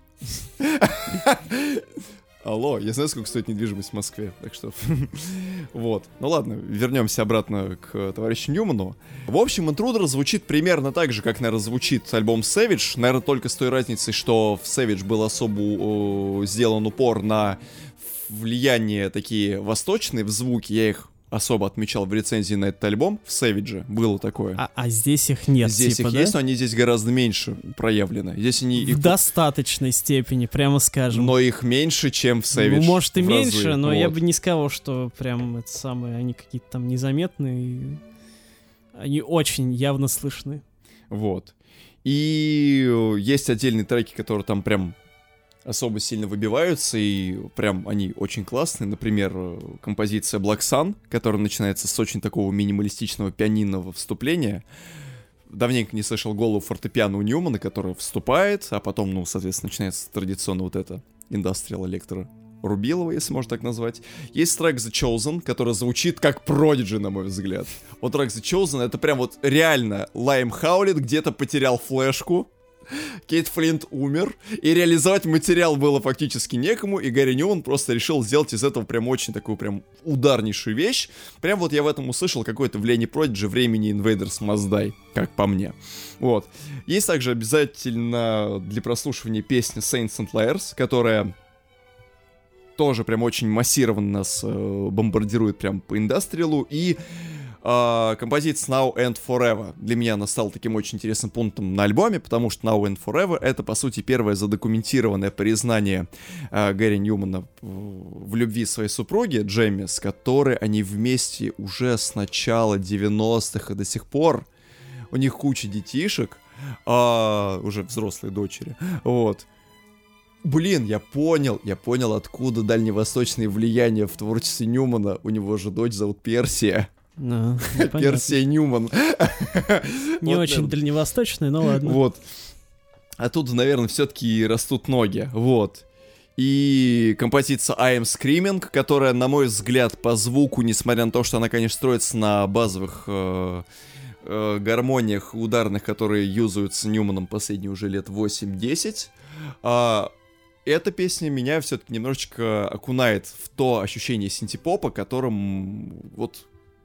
Алло, я знаю, сколько стоит недвижимость в Москве, так что... Вот. Ну ладно, вернемся обратно к товарищу Ньюману. В общем, Intruder звучит примерно так же, как, наверное, звучит альбом Savage. Наверное, только с той разницей, что в Savage был особо э, сделан упор на влияние такие восточные в звуке. Я их особо отмечал в рецензии на этот альбом. В Savage было такое. А, а здесь их нет, Здесь типа, их да? есть, но они здесь гораздо меньше проявлены. Здесь они... В их... достаточной степени, прямо скажем. Но их меньше, чем в Savage. Ну, может, и в меньше, разы. но Вот. я бы не сказал, что прям это самое, они какие-то там незаметные. Они очень явно слышны. Вот. И есть отдельные треки, которые там прям особо сильно выбиваются, и прям они очень классные. Например, композиция Black Sun, которая начинается с очень такого минималистичного пианинного вступления. Давненько не слышал голову фортепиано у Ньюмана, которая вступает, а потом, ну, соответственно, начинается традиционно вот это Industrial Electro Рубилова, если можно так назвать. Есть трек The Chosen, который звучит как Prodigy, на мой взгляд. Вот трек The Chosen — это прям вот реально Лайм Хаулит где-то потерял флешку, Кейт Флинт умер, и реализовать материал было фактически некому, и Гэри Ньюман просто решил сделать из этого прям очень такую прям ударнейшую вещь. Прям вот я в этом услышал какое-то влияние Prodigy времени Invaders Must Die, как по мне. Вот. Есть также обязательно для прослушивания песня Saints and Liars, которая тоже прям очень массированно нас э, бомбардирует прям по индастриалу, и Uh, композиция Now and Forever для меня она стала таким очень интересным пунктом на альбоме, потому что Now and Forever — это, по сути, первое задокументированное признание uh, Гэри Ньюмана в любви своей супруги Джемми, с которой они вместе уже с начала девяностых и до сих пор. У них куча детишек, uh, уже взрослые дочери, вот. Блин, я понял, я понял, откуда дальневосточные влияния в творчестве Ньюмана. У него же дочь зовут Персия. А, Персия Ньюман. Не Вот, очень наверное. дальневосточный, но ладно. Вот. А тут, наверное, все-таки растут ноги. Вот. И композиция I Am Screaming, которая, на мой взгляд, по звуку, несмотря на то, что она, конечно, строится на базовых э, э, гармониях ударных, которые юзаются Ньюманом последние уже лет восемь-десять, э, эта песня меня все-таки немножечко окунает в то ощущение синтепопа, которым вот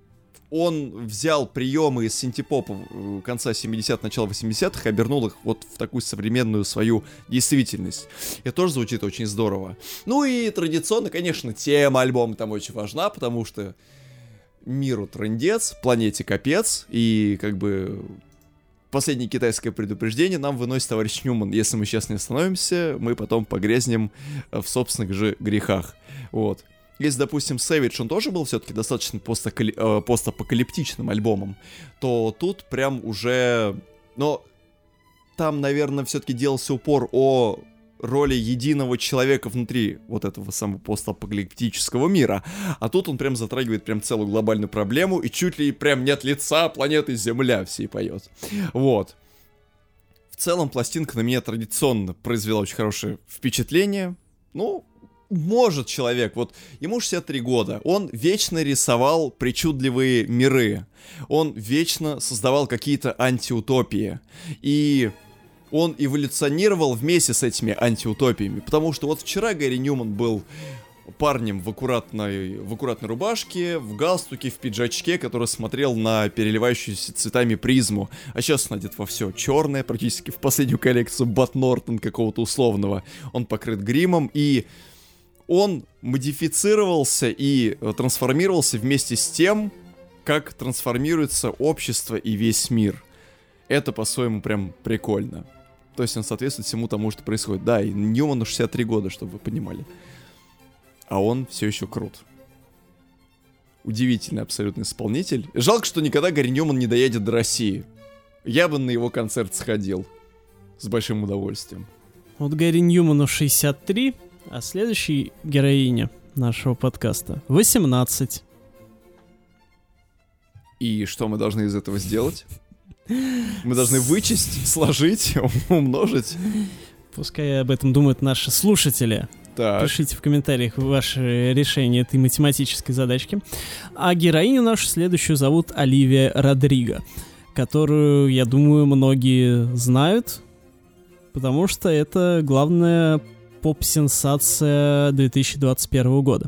он взял приемы из синтепопа конца семидесятых, начала восьмидесятых и обернул их вот в такую современную свою действительность. Это тоже звучит очень здорово. Ну и традиционно, конечно, тема альбома там очень важна, потому что миру трындец, планете капец, и как бы последнее китайское предупреждение нам выносит товарищ Ньюман. Если мы сейчас не остановимся, мы потом погрязнем в собственных же грехах. Вот. Если, допустим, Savage, он тоже был все-таки достаточно постакали... э, постапокалиптичным альбомом, то тут прям уже... Но там, наверное, все-таки делался упор о роли единого человека внутри вот этого самого постапокалиптического мира. А тут он прям затрагивает прям целую глобальную проблему, и чуть ли прям нет лица планеты Земля всей поет. Вот. В целом, пластинка на меня традиционно произвела очень хорошее впечатление. Ну... Может человек, вот ему шестьдесят три года, он вечно рисовал причудливые миры, он вечно создавал какие-то антиутопии, и он эволюционировал вместе с этими антиутопиями, потому что вот вчера Гэри Ньюман был парнем в аккуратной, в аккуратной рубашке, в галстуке, в пиджачке, который смотрел на переливающуюся цветами призму, а сейчас он одет во все черное, практически в последнюю коллекцию Бат Нортон какого-то условного, он покрыт гримом, и он модифицировался и трансформировался вместе с тем, как трансформируется общество и весь мир. Это по-своему прям прикольно. То есть он соответствует всему тому, что происходит. Да, и Ньюману шестьдесят три года, чтобы вы понимали. А он все еще крут. Удивительный абсолютно исполнитель. Жалко, что никогда Гэри Ньюман не доедет до России. Я бы на его концерт сходил. С большим удовольствием. Вот Гэри Ньюману шестьдесят три, а следующей героине нашего подкаста восемнадцать. И что мы должны из этого сделать? Мы должны вычесть, сложить, умножить. Пускай об этом думают наши слушатели. Так. Пишите в комментариях ваше решение этой математической задачки. А героиню нашу следующую зовут Оливия Родриго, которую, я думаю, многие знают, потому что это главная поп-сенсация две тысячи двадцать первого года.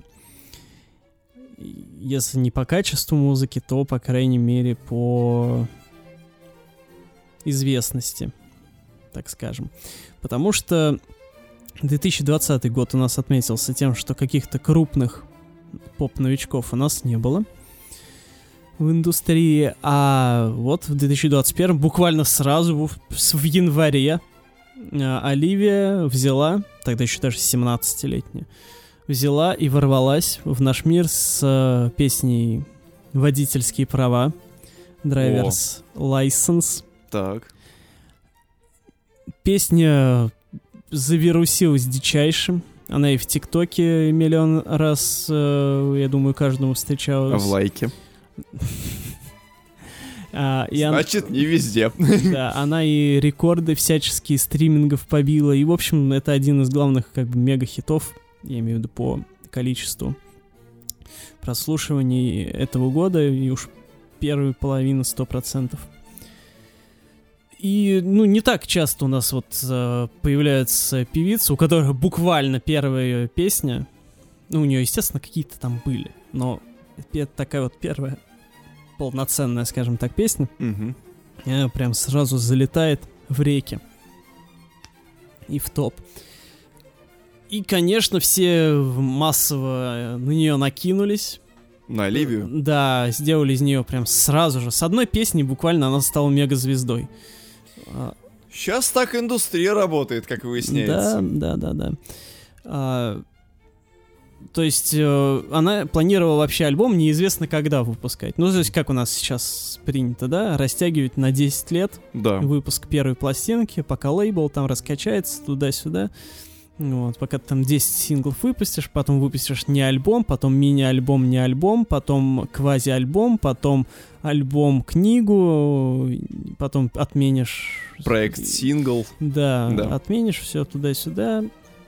Если не по качеству музыки, то, по крайней мере, по известности, так скажем. Потому что две тысячи двадцатый год у нас отметился тем, что каких-то крупных поп-новичков у нас не было в индустрии, а вот в две тысячи двадцать первом, буквально сразу в, в январе, Оливия взяла, тогда еще даже семнадцатилетняя, взяла и ворвалась в наш мир с э, песней «Водительские права», Driver's License. Так. Песня завирусилась дичайшим. Она и в ТикТоке миллион раз, э, я думаю, каждому встречалась. В лайке. А, и Значит, она... не везде. Да, она и рекорды всяческие стримингов побила. И, в общем, это один из главных как бы мега-хитов, я имею в виду по количеству прослушиваний этого года, и уж первую половину сто процентов. И, ну, не так часто у нас вот э, появляются певицы, у которых буквально первая ее песня, ну, у нее, естественно, какие-то там были, но это такая вот первая полноценная, скажем так, песня, угу. э, прям сразу залетает в реки и в топ. И, конечно, все массово на нее накинулись. На Оливию? Да, сделали из нее прям сразу же. С одной песней буквально она стала мегазвездой. Сейчас так индустрия работает, как выясняется. Да, да, да, да. А, то есть э, она планировала вообще альбом неизвестно когда выпускать. Ну, то есть как у нас сейчас принято, да, растягивать на десять лет да. выпуск первой пластинки, пока лейбл там раскачается туда-сюда. Вот, пока ты там десять синглов выпустишь, потом выпустишь не альбом, потом мини-альбом, не альбом, потом квази-альбом, потом альбом-книгу, потом отменишь... Проект-сингл. Да, Да. отменишь все туда-сюда.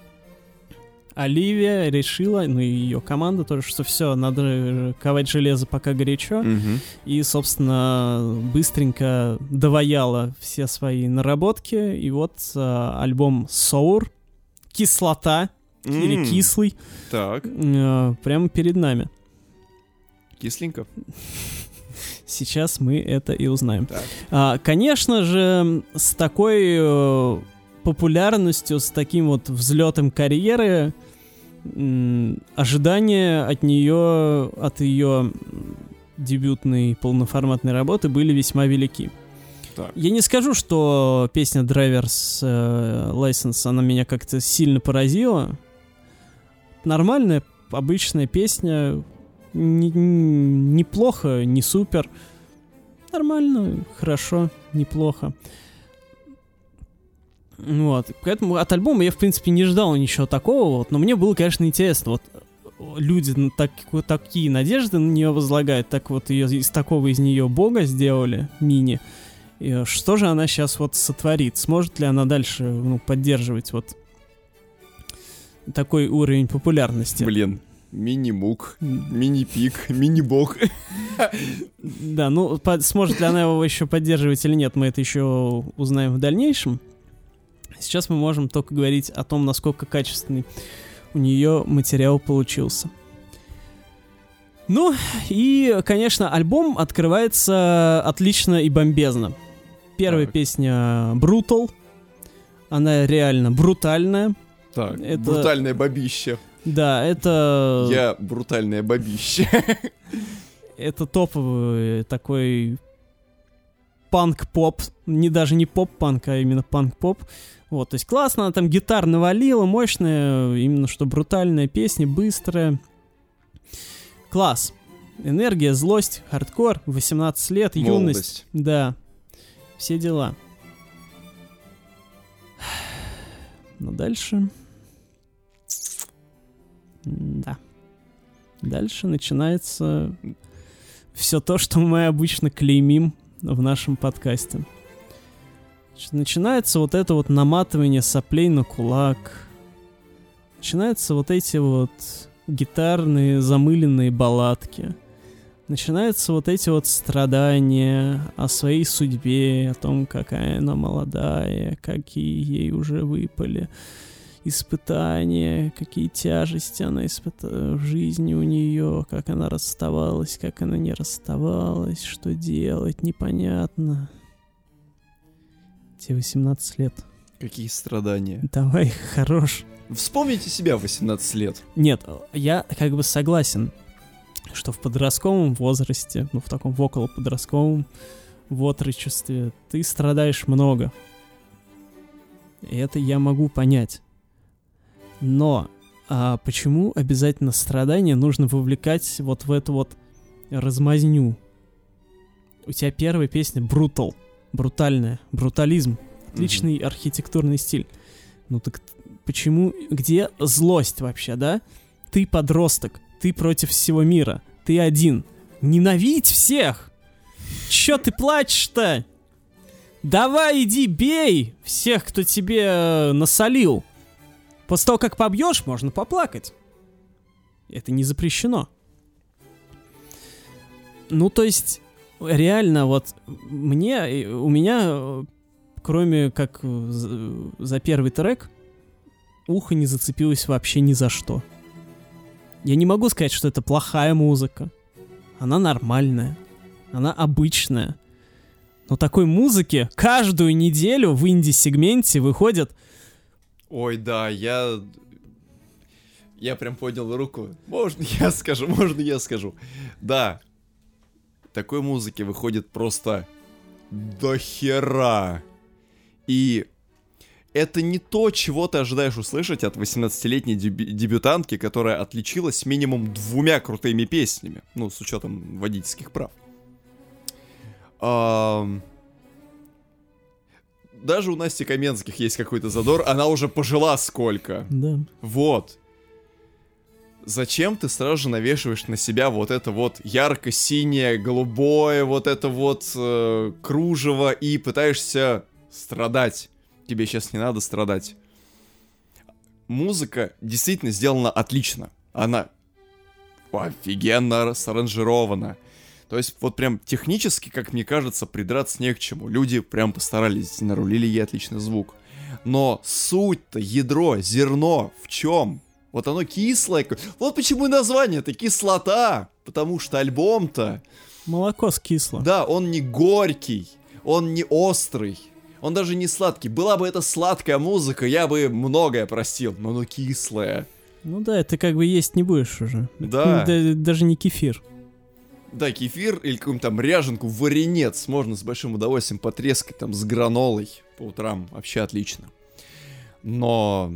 Оливия решила, ну и ее команда тоже, что все, надо ковать железо пока горячо. Мгм. И, собственно, быстренько доваяла все свои наработки. И вот а, альбом Sour, кислота или М, кислый, Так, э, прямо перед нами. кисленько. Сейчас мы это и узнаем. Так. А, конечно же, с такой э, популярностью, с таким вот взлетом карьеры, м, ожидания от нее, от ее дебютной полноформатной работы были весьма велики. Так. Я не скажу, что песня Driver's э, License, она меня как-то сильно поразила. Нормальная, обычная песня. Не- не- Неплохо, не супер. Нормально, хорошо, неплохо. Вот. Поэтому от альбома я, в принципе, не ждал ничего такого. Вот. Но мне было, конечно, интересно. Вот люди на так, такие надежды на нее возлагают. Так вот ее из такого из нее бога сделали, мини. И что же она сейчас вот сотворит? Сможет ли она дальше, ну, поддерживать вот такой уровень популярности? Блин, мини-мук, мини-пик, мини-бог. Да, ну, по- сможет ли она его еще поддерживать или нет, мы это еще узнаем в дальнейшем. Сейчас мы можем только говорить о том, насколько качественный у нее материал получился. Ну, и, конечно, альбом открывается отлично и бомбезно. Первая Так. песня Brutal. Она реально брутальная. Так, Это- брутальное бабище. Да, это... Я брутальное бабище. Это топовый такой панк-поп. Не даже не поп-панк, а именно панк-поп. Вот, то есть классно, она там гитар навалила, мощная, именно что брутальная песня, быстрая. Класс. Энергия, злость, хардкор, восемнадцать лет, юность. Молодость. Да. Все дела. Но дальше... Да. Дальше начинается все то, что мы обычно клеймим в нашем подкасте. Значит, начинается вот это вот наматывание соплей на кулак. Начинаются вот эти вот гитарные замыленные балладки. Начинаются вот эти вот страдания о своей судьбе, о том, какая она молодая, какие ей уже выпали испытания, какие тяжести она испытала в жизни у нее, как она расставалась, как она не расставалась, что делать, непонятно. Тебе восемнадцать лет. Какие страдания. Давай, хорош. Вспомните себя в восемнадцать лет. Нет, я как бы согласен, что в подростковом возрасте, ну, в таком в около подростковом в отрочестве ты страдаешь много. И это я могу понять. Но а почему обязательно страдания нужно вовлекать вот в эту вот размазню? У тебя первая песня Brutal, брутальная, брутализм, отличный архитектурный стиль. Ну так почему, где злость вообще, да? Ты подросток, ты против всего мира, ты один. Ненавидь всех! Чё ты плачешь-то? Давай иди бей всех, кто тебе э, насолил. После того, как побьешь, можно поплакать. Это не запрещено. Ну, то есть, реально, вот мне, у меня, кроме как за, за первый трек, ухо не зацепилось вообще ни за что. Я не могу сказать, что это плохая музыка. Она нормальная. Она обычная. Но такой музыки каждую неделю в инди-сегменте выходит... Ой, да, я... Я прям поднял руку. Можно я скажу, можно я скажу. Да, такой музыки выходит просто до хера. И это не то, чего ты ожидаешь услышать от восемнадцатилетней дебю- дебютантки, которая отличилась минимум двумя крутыми песнями. Ну, с учетом водительских прав. Ам... даже у Насти Каменских есть какой-то задор, она уже пожила сколько. Да. Вот. Зачем ты сразу же навешиваешь на себя вот это вот ярко-синее, голубое, вот это вот э, кружево и пытаешься страдать? Тебе сейчас не надо страдать. Музыка действительно сделана отлично. Она офигенно саранжирована. То есть вот прям технически, как мне кажется, придраться не к чему. Люди прям постарались, нарулили ей отличный звук. Но суть-то, ядро, зерно в чем? Вот оно кислое. Вот почему и название-то кислота. Потому что альбом-то... Молоко скисло. Да, он не горький, он не острый, он даже не сладкий. Была бы это сладкая музыка, я бы многое простил, но оно кислое. Ну да, ты как бы есть не будешь уже. Да. Это даже не кефир. Да, кефир или какую-нибудь там ряженку, варенец можно с большим удовольствием потрескать там с гранолой по утрам. Вообще отлично. Но...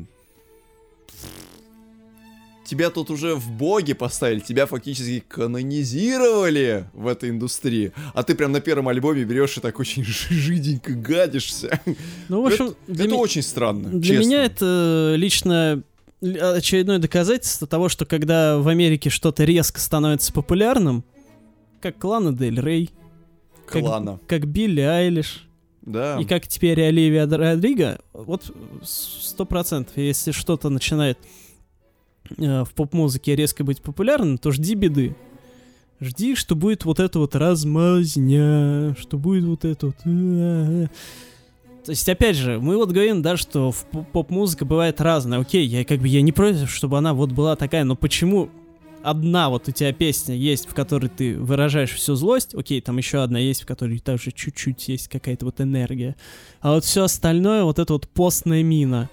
Тебя тут уже в боги поставили, тебя фактически канонизировали в этой индустрии, а ты прям на первом альбоме берешь и так очень жиденько гадишься. Ну, в общем, это для это ми... очень странно, Для честно. меня это лично очередное доказательство того, что когда в Америке что-то резко становится популярным, как Лана Дель Рей, Клана. Как, как Билли Айлиш, Да. и как теперь Оливия Родриго, вот сто процентов, если что-то начинает в поп-музыке резко быть популярным, то жди беды. Жди, что будет вот это вот размазня, что будет вот это вот... То есть, опять же, мы вот говорим, да, что в поп-музыка бывает разная. Окей, я как бы я не против, чтобы она вот была такая, но почему одна вот у тебя песня есть, в которой ты выражаешь всю злость, окей, там еще одна есть, в которой также чуть-чуть есть какая-то вот энергия, а вот все остальное, вот это вот постная мина.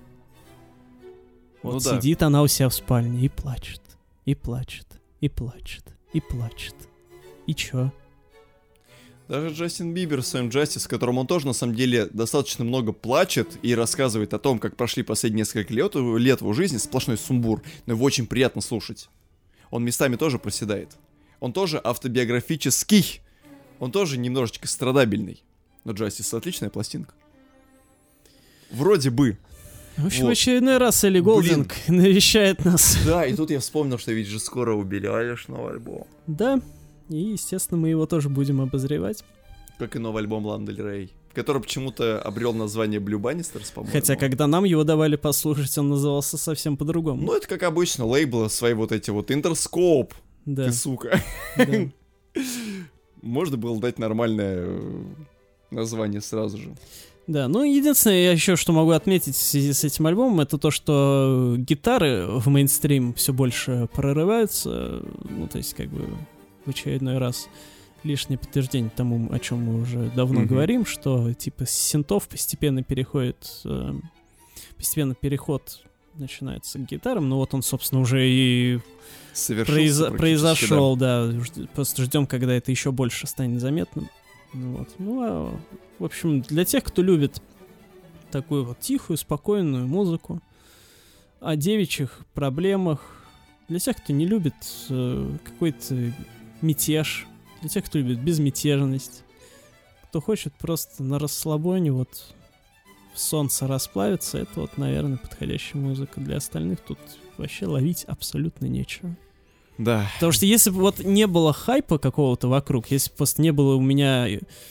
Вот ну, сидит да. она у себя в спальне и плачет, и плачет, и плачет, и плачет. И чё? Даже Джастин Бибер в своем Justice, в котором он тоже, на самом деле, достаточно много плачет и рассказывает о том, как прошли последние несколько лет, лет в его жизни, сплошной сумбур, но его очень приятно слушать. Он местами тоже проседает. Он тоже автобиографический. Он тоже немножечко страдабельный. Но Justice отличная пластинка. Вроде бы. В общем, вот. очередной раз Элли Голдинг Блин. навещает нас. Да, и тут я вспомнил, что ведь же скоро у Билли Айлиш новый альбом. Да, и, естественно, мы его тоже будем обозревать. Как и новый альбом Ланы Дель Рей, который почему-то обрел название Blue Bannisters, по-моему. Хотя, когда нам его давали послушать, он назывался совсем по-другому. Ну, это как обычно, лейблы свои вот эти вот, Interscope, да. ты сука. Да. Можно было дать нормальное название сразу же. Да, ну единственное, я еще что могу отметить в связи с этим альбомом, это то, что гитары в мейнстрим все больше прорываются, ну то есть как бы в очередной раз лишнее подтверждение тому, о чем мы уже давно mm-hmm. говорим, что типа с синтов постепенно переходит, э, постепенно переход начинается к гитарам, ну вот он, собственно, уже и произ- произошел, да, да, просто ждем, когда это еще больше станет заметным. Вот. Ну, а, в общем, для тех, кто любит такую вот тихую, спокойную музыку о девичьих проблемах, для тех, кто не любит э, какой-то мятеж, для тех, кто любит безмятежность, кто хочет просто на расслабоне вот в солнце расплавиться, это вот, наверное, подходящая музыка. Для остальных тут вообще ловить абсолютно нечего. Да. Потому что если бы вот не было хайпа какого-то вокруг, если бы просто не было у меня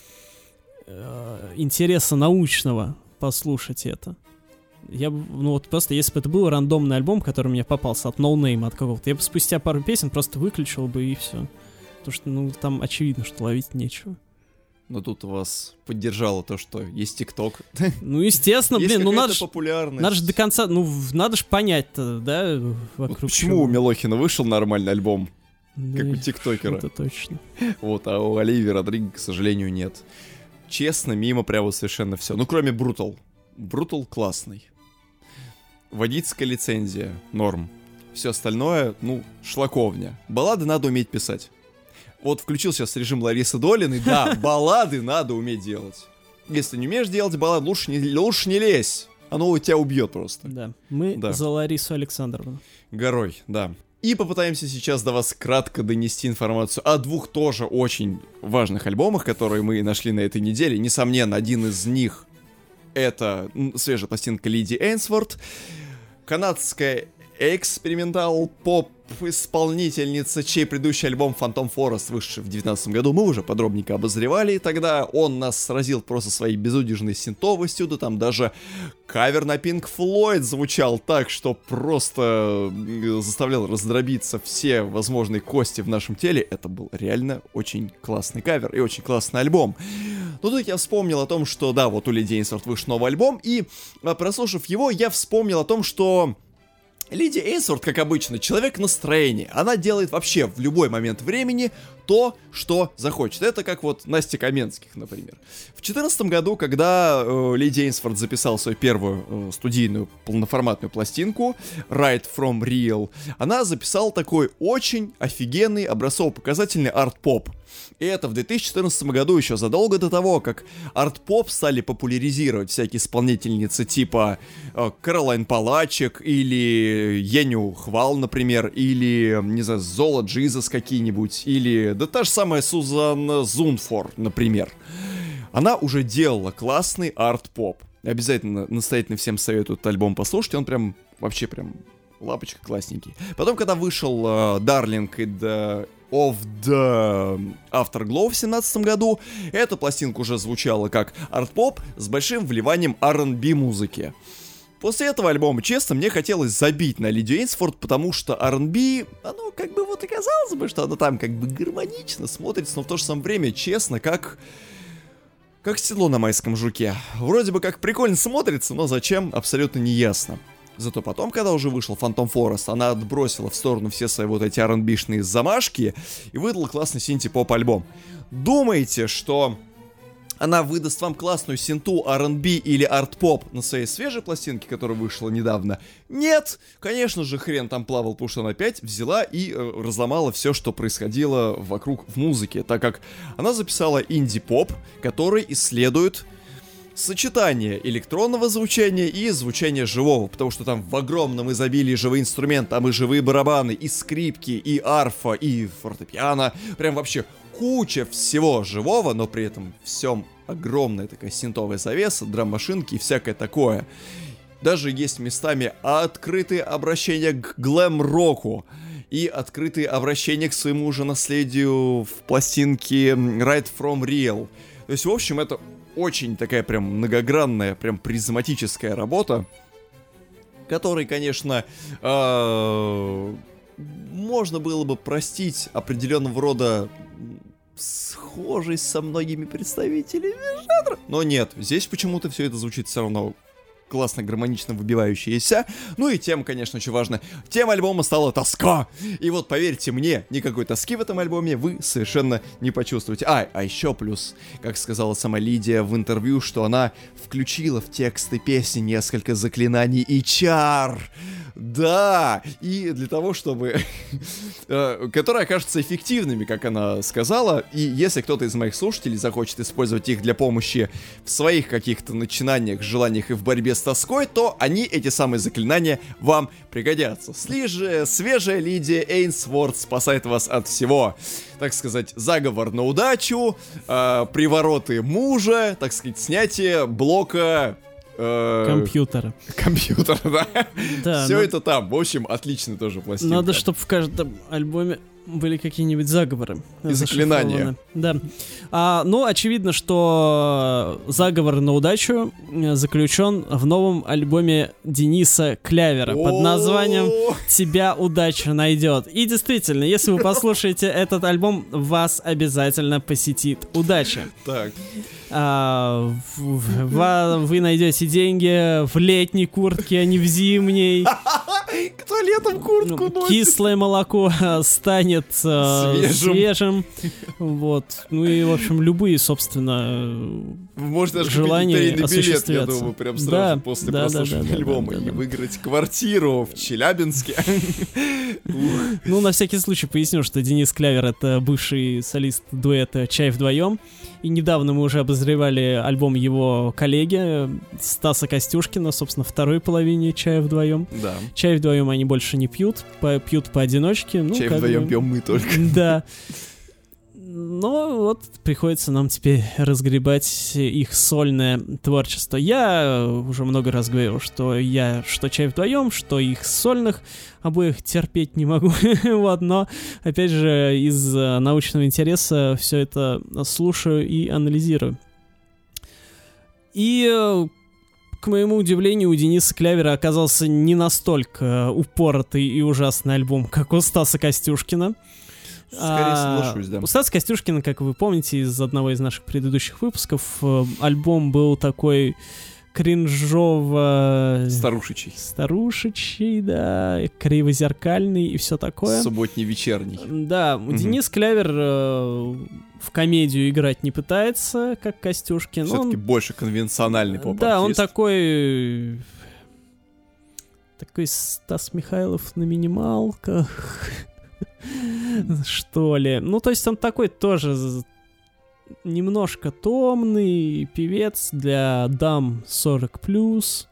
э, интереса научного послушать это, я бы, ну вот просто если бы это был рандомный альбом, который мне попался от ноунейма, от какого-то, я бы спустя пару песен просто выключил бы и все. Потому что, ну, там очевидно, что ловить нечего. Но тут у вас поддержало то, что есть ТикТок. Ну, естественно, блин, ну надо же... Надо же до конца, ну, надо же понять-то, да, вокруг вот почему чего. у Милохина вышел нормальный альбом, да, как у тиктокера? Это точно. Вот, а у Оливии Родриго, к сожалению, нет. Честно, мимо прямо совершенно все. Ну, кроме Brutal. Brutal классный. Водительская лицензия, норм. Все остальное, ну, шлаковня. Баллады надо уметь писать. Вот включил сейчас режим Ларисы Долиной, да, баллады надо уметь делать. Если не умеешь делать баллады, лучше не, лучше не лезь. Оно тебя убьет просто. Да, мы да. за Ларису Александровну. Горой, да. И попытаемся сейчас до вас кратко донести информацию о двух тоже очень важных альбомах, которые мы нашли на этой неделе. Несомненно, один из них это свежая пластинка Лидии Эйнсворт, канадская экспериментал-поп-исполнительница, чей предыдущий альбом Phantom Forest, вышедший в две тысячи девятнадцатом году, мы уже подробненько обозревали тогда. Он нас сразил просто своей безудержной синтовостью, да там даже кавер на Pink Floyd звучал так, что просто заставлял раздробиться все возможные кости в нашем теле. Это был реально очень классный кавер и очень классный альбом. Но тут я вспомнил о том, что да, вот у Лидии Эйнсворт вышел новый альбом, и прослушав его, я вспомнил о том, что Лидия Эйнсворт, как обычно, человек настроения. Она делает вообще в любой момент времени то, что захочет. Это как вот Настя Каменских, например. В две тысячи четырнадцатом году, когда э, Лидия Эйнсворт записала свою первую э, студийную полноформатную пластинку Right From Real, она записала такой очень офигенный образцово-показательный арт-поп. И это в две тысячи четырнадцатом году, еще задолго до того, как арт-поп стали популяризировать всякие исполнительницы типа э, Каролайн Палачек или Еню Хвал, например, или, не знаю, Зола Джизас какие-нибудь, или да та же самая Сузанна Зунфор, например. Она уже делала классный арт-поп. Обязательно, настоятельно всем советую этот альбом послушать, он прям, вообще прям лапочка классненький. Потом, когда вышел uh, Darling and of the Afterglow в семнадцатом году, эта пластинка уже звучала как арт-поп с большим вливанием ар энд би музыки. После этого альбома, честно, мне хотелось забить на Лидию Эйнсворт, потому что ар энд би, оно как бы вот и казалось бы, что оно там как бы гармонично смотрится, но в то же самое время, честно, как... как седло на майском жуке. Вроде бы как прикольно смотрится, но зачем, абсолютно не ясно. Зато потом, когда уже вышел Phantom Forest, она отбросила в сторону все свои вот эти ар энд би-шные замашки и выдала классный синти-поп-альбом. Думаете, что она выдаст вам классную синту, ар энд би или арт-поп на своей свежей пластинке, которая вышла недавно? Нет! Конечно же, хрен там плавал, потому что она опять взяла и э, разломала все, что происходило вокруг в музыке, так как она записала инди-поп, который исследует сочетание электронного звучания и звучания живого, потому что там в огромном изобилии живые инструменты, там и живые барабаны, и скрипки, и арфа, и фортепиано, прям вообще куча всего живого, но при этом всем огромная такая синтовая завеса, драм-машинки и всякое такое. Даже есть местами открытые обращения к глэм-року и открытые обращения к своему же наследию в пластинке Right From Real. То есть, в общем, это очень такая прям многогранная, прям призматическая работа, которой, конечно, э- можно было бы простить определенного рода схожесть со многими представителями жанра. Но нет, здесь почему-то все это звучит все равно классно, гармонично выбивающееся. Ну и тем, конечно, очень важно, тем альбома стала тоска. И вот, поверьте мне, никакой тоски в этом альбоме вы совершенно не почувствуете. А, а еще плюс, как сказала сама Лидия в интервью, что она включила в тексты песни несколько заклинаний и чар. Да, и для того, чтобы... которые окажутся эффективными, как она сказала, и если кто-то из моих слушателей захочет использовать их для помощи в своих каких-то начинаниях, желаниях и в борьбе с тоской, то они, эти самые заклинания, вам пригодятся. Слиже, свежая Лидия Эйнсворт спасает вас от всего. Так сказать, заговор на удачу, э, привороты мужа, так сказать, снятие блока... Компьютера. Компьютер, да. да Все но... это там. В общем, отлично тоже пластинка. Надо, чтобы в каждом альбоме были какие-нибудь заговоры. И заклинания. Да. А, ну, очевидно, что заговор на удачу заключен в новом альбоме Дениса Клявера под названием «Тебя удача найдет». И действительно, если вы послушаете этот альбом, вас обязательно посетит удача. Так. А, в, в, вы найдете деньги в летней куртке, а не в зимней. Кто летом куртку носит? Кислое молоко станет э, свежим. свежим. Вот. Ну и, в общем, любые, собственно, можно даже желания купить лотерейный билет, я осуществятся. думаю, прям сразу да, после да, прослушивания да, да, альбома да, да, и да. выиграть квартиру в Челябинске. Ну, на всякий случай поясню, что Денис Клявер — это бывший солист дуэта «Чай вдвоем». И недавно мы уже обозревали альбом его коллеги Стаса Костюшкина, собственно, второй половине «Чая вдвоем». Да. Чай вдвоем они больше не пьют, по- пьют поодиночке. Ну, Чай как вдвоем бы... пьем мы только. Да. Но Но вот приходится нам теперь разгребать их сольное творчество. Я уже много раз говорил, что я что «Чай вдвоем», что их сольных обоих терпеть не могу. Вот, но, опять же, из научного интереса все это слушаю и анализирую. И, к моему удивлению, у Дениса Клявера оказался не настолько упоротый и ужасный альбом, как у Стаса Костюшкина. Скорее соглашусь, да. У Стаса Костюшкина, как вы помните из одного из наших предыдущих выпусков, альбом был такой кринжово... Старушечий. Старушечий, да, кривозеркальный и все такое. Субботний-вечерний. Да, угу. Денис Клявер э, в комедию играть не пытается, как Костюшкин. Все-таки он... больше конвенциональный поп-артист. Да, он такой... Такой Стас Михайлов на минималках... Что ли. Ну, то есть он такой тоже немножко томный певец для дам сорок плюс,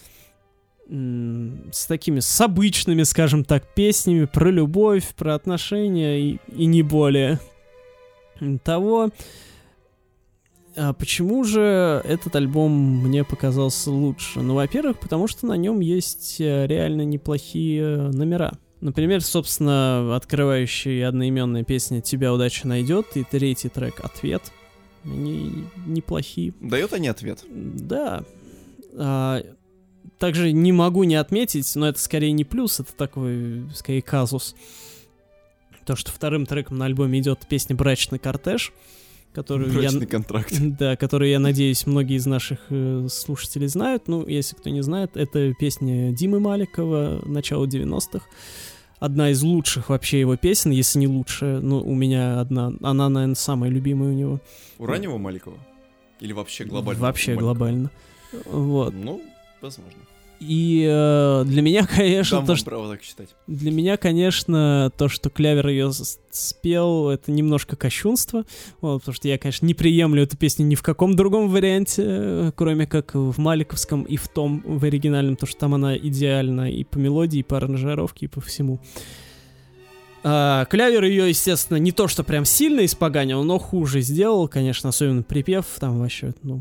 с такими, с обычными, скажем так, песнями про любовь, про отношения и, и не более того. А почему же этот альбом мне показался лучше? Ну, во-первых, потому что на нем есть реально неплохие номера. Например, собственно, открывающая одноименная песня «Тебя удача найдет» и третий трек «Ответ». Они неплохие. Дают они ответ? Да. А, также не могу не отметить, но это скорее не плюс, это такой, скорее, казус. То, что вторым треком на альбоме идет песня «Брачный кортеж», которую Брачный я, контракт. Да, которую, я надеюсь, многие из наших э, слушателей знают. Ну, если кто не знает, это песня Димы Маликова начала девяностых. Одна из лучших вообще его песен, если не лучшая. Ну, у меня одна, она, наверное, самая любимая у него. У раннего Маликова? Или вообще глобально? Вообще глобально. Вот. Ну, возможно. И э, для меня, конечно, Дам то, вам что... право так считать. Для меня, конечно, то, что Клявер ее спел, это немножко кощунство, вот, потому что я, конечно, не приемлю эту песню ни в каком другом варианте, кроме как в Маликовском и в том, в оригинальном, потому что там она идеальна и по мелодии, и по аранжировке, и по всему. А, Клявер ее, естественно, не то, что прям сильно испоганил, но хуже сделал, конечно, особенно припев, там вообще, ну...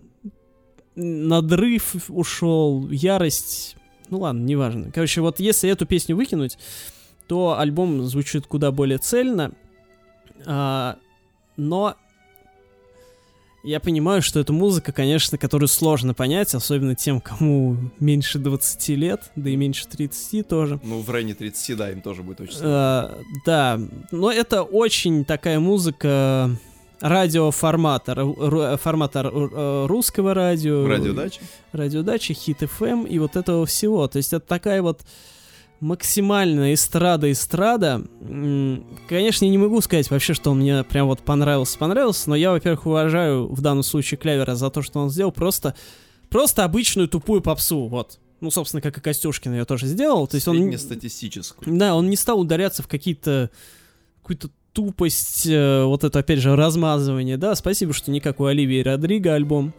надрыв ушел, ярость, ну ладно, неважно. Короче, вот если эту песню выкинуть, то альбом звучит куда более цельно, а, но я понимаю, что это музыка, конечно, которую сложно понять, особенно тем, кому меньше двадцати лет, да и меньше тридцати тоже. Ну, в районе тридцати, да, им тоже будет очень сложно. А, да, но это очень такая музыка... радиоформата, формата русского радио. Радиодача. Радиодача, Хит эф эм и вот этого всего. То есть это такая вот максимальная эстрада-эстрада. Конечно, я не могу сказать вообще, что он мне прям вот понравился-понравился, но я, во-первых, уважаю в данном случае Клявера за то, что он сделал просто, просто обычную тупую попсу, вот. Ну, собственно, как и Костюшкин ее тоже сделал. То есть он... Среднестатистическую. Да, он не стал ударяться в какие-то... какую-то тупость, э, вот это, опять же, размазывание, да, спасибо, что не как у Оливии Родриго альбом.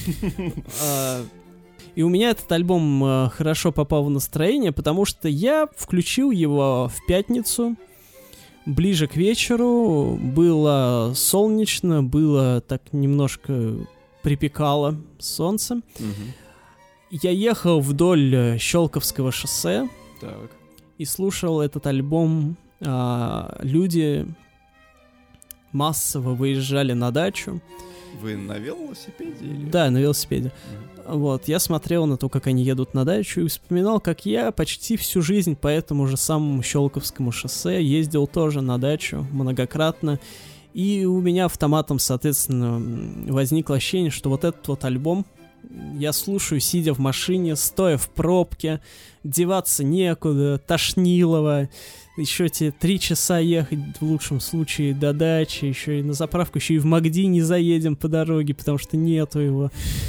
И у меня этот альбом э, хорошо попал в настроение, потому что я включил его в пятницу, ближе к вечеру, было солнечно, было так немножко припекало солнце. Угу. Я ехал вдоль Щелковского шоссе так. и слушал этот альбом. А, люди массово выезжали на дачу. Вы на велосипеде? Или... Да, на велосипеде. Mm. Вот, я смотрел на то, как они едут на дачу, и вспоминал, как я почти всю жизнь по этому же самому Щелковскому шоссе ездил тоже на дачу многократно. И у меня автоматом, соответственно, возникло ощущение, что вот этот вот альбом я слушаю, сидя в машине, стоя в пробке, деваться некуда, тошнилово. Еще тебе три часа ехать, в лучшем случае, до дачи, еще и на заправку, еще и в Магди не заедем по дороге, потому что нету его.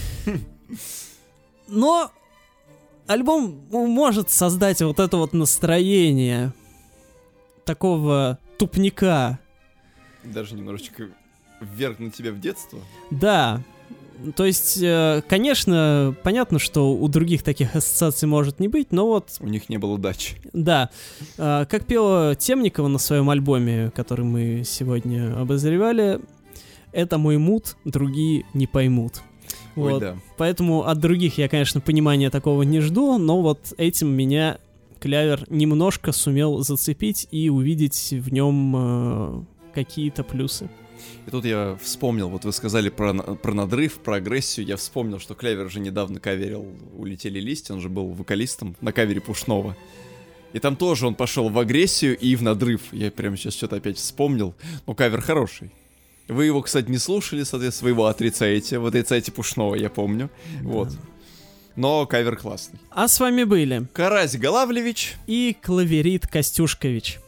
Но альбом может создать вот это вот настроение такого тупника. Даже немножечко ввергнуть тебя в детство? Да. То есть, э, конечно, понятно, что у других таких ассоциаций может не быть, но вот... У них не было удачи. Да. Э, как пела Темникова на своем альбоме, который мы сегодня обозревали, это мой мут, другие не поймут. Ой, Вот. да. Поэтому от других я, конечно, понимания такого не жду, но вот этим меня Клявер немножко сумел зацепить и увидеть в нем э, какие-то плюсы. И тут я вспомнил, вот вы сказали про, про надрыв, про агрессию, я вспомнил, что Клявер же недавно каверил «Улетели листья», он же был вокалистом на кавере Пушного. И там тоже он пошел в агрессию и в надрыв. Я прямо сейчас что-то опять вспомнил. Но кавер хороший. Вы его, кстати, не слушали, соответственно, вы его отрицаете. Вы отрицаете Пушного, я помню. Да. Вот. Но кавер классный. А с вами были Карась Галавлевич и Клаверит Костюшкович.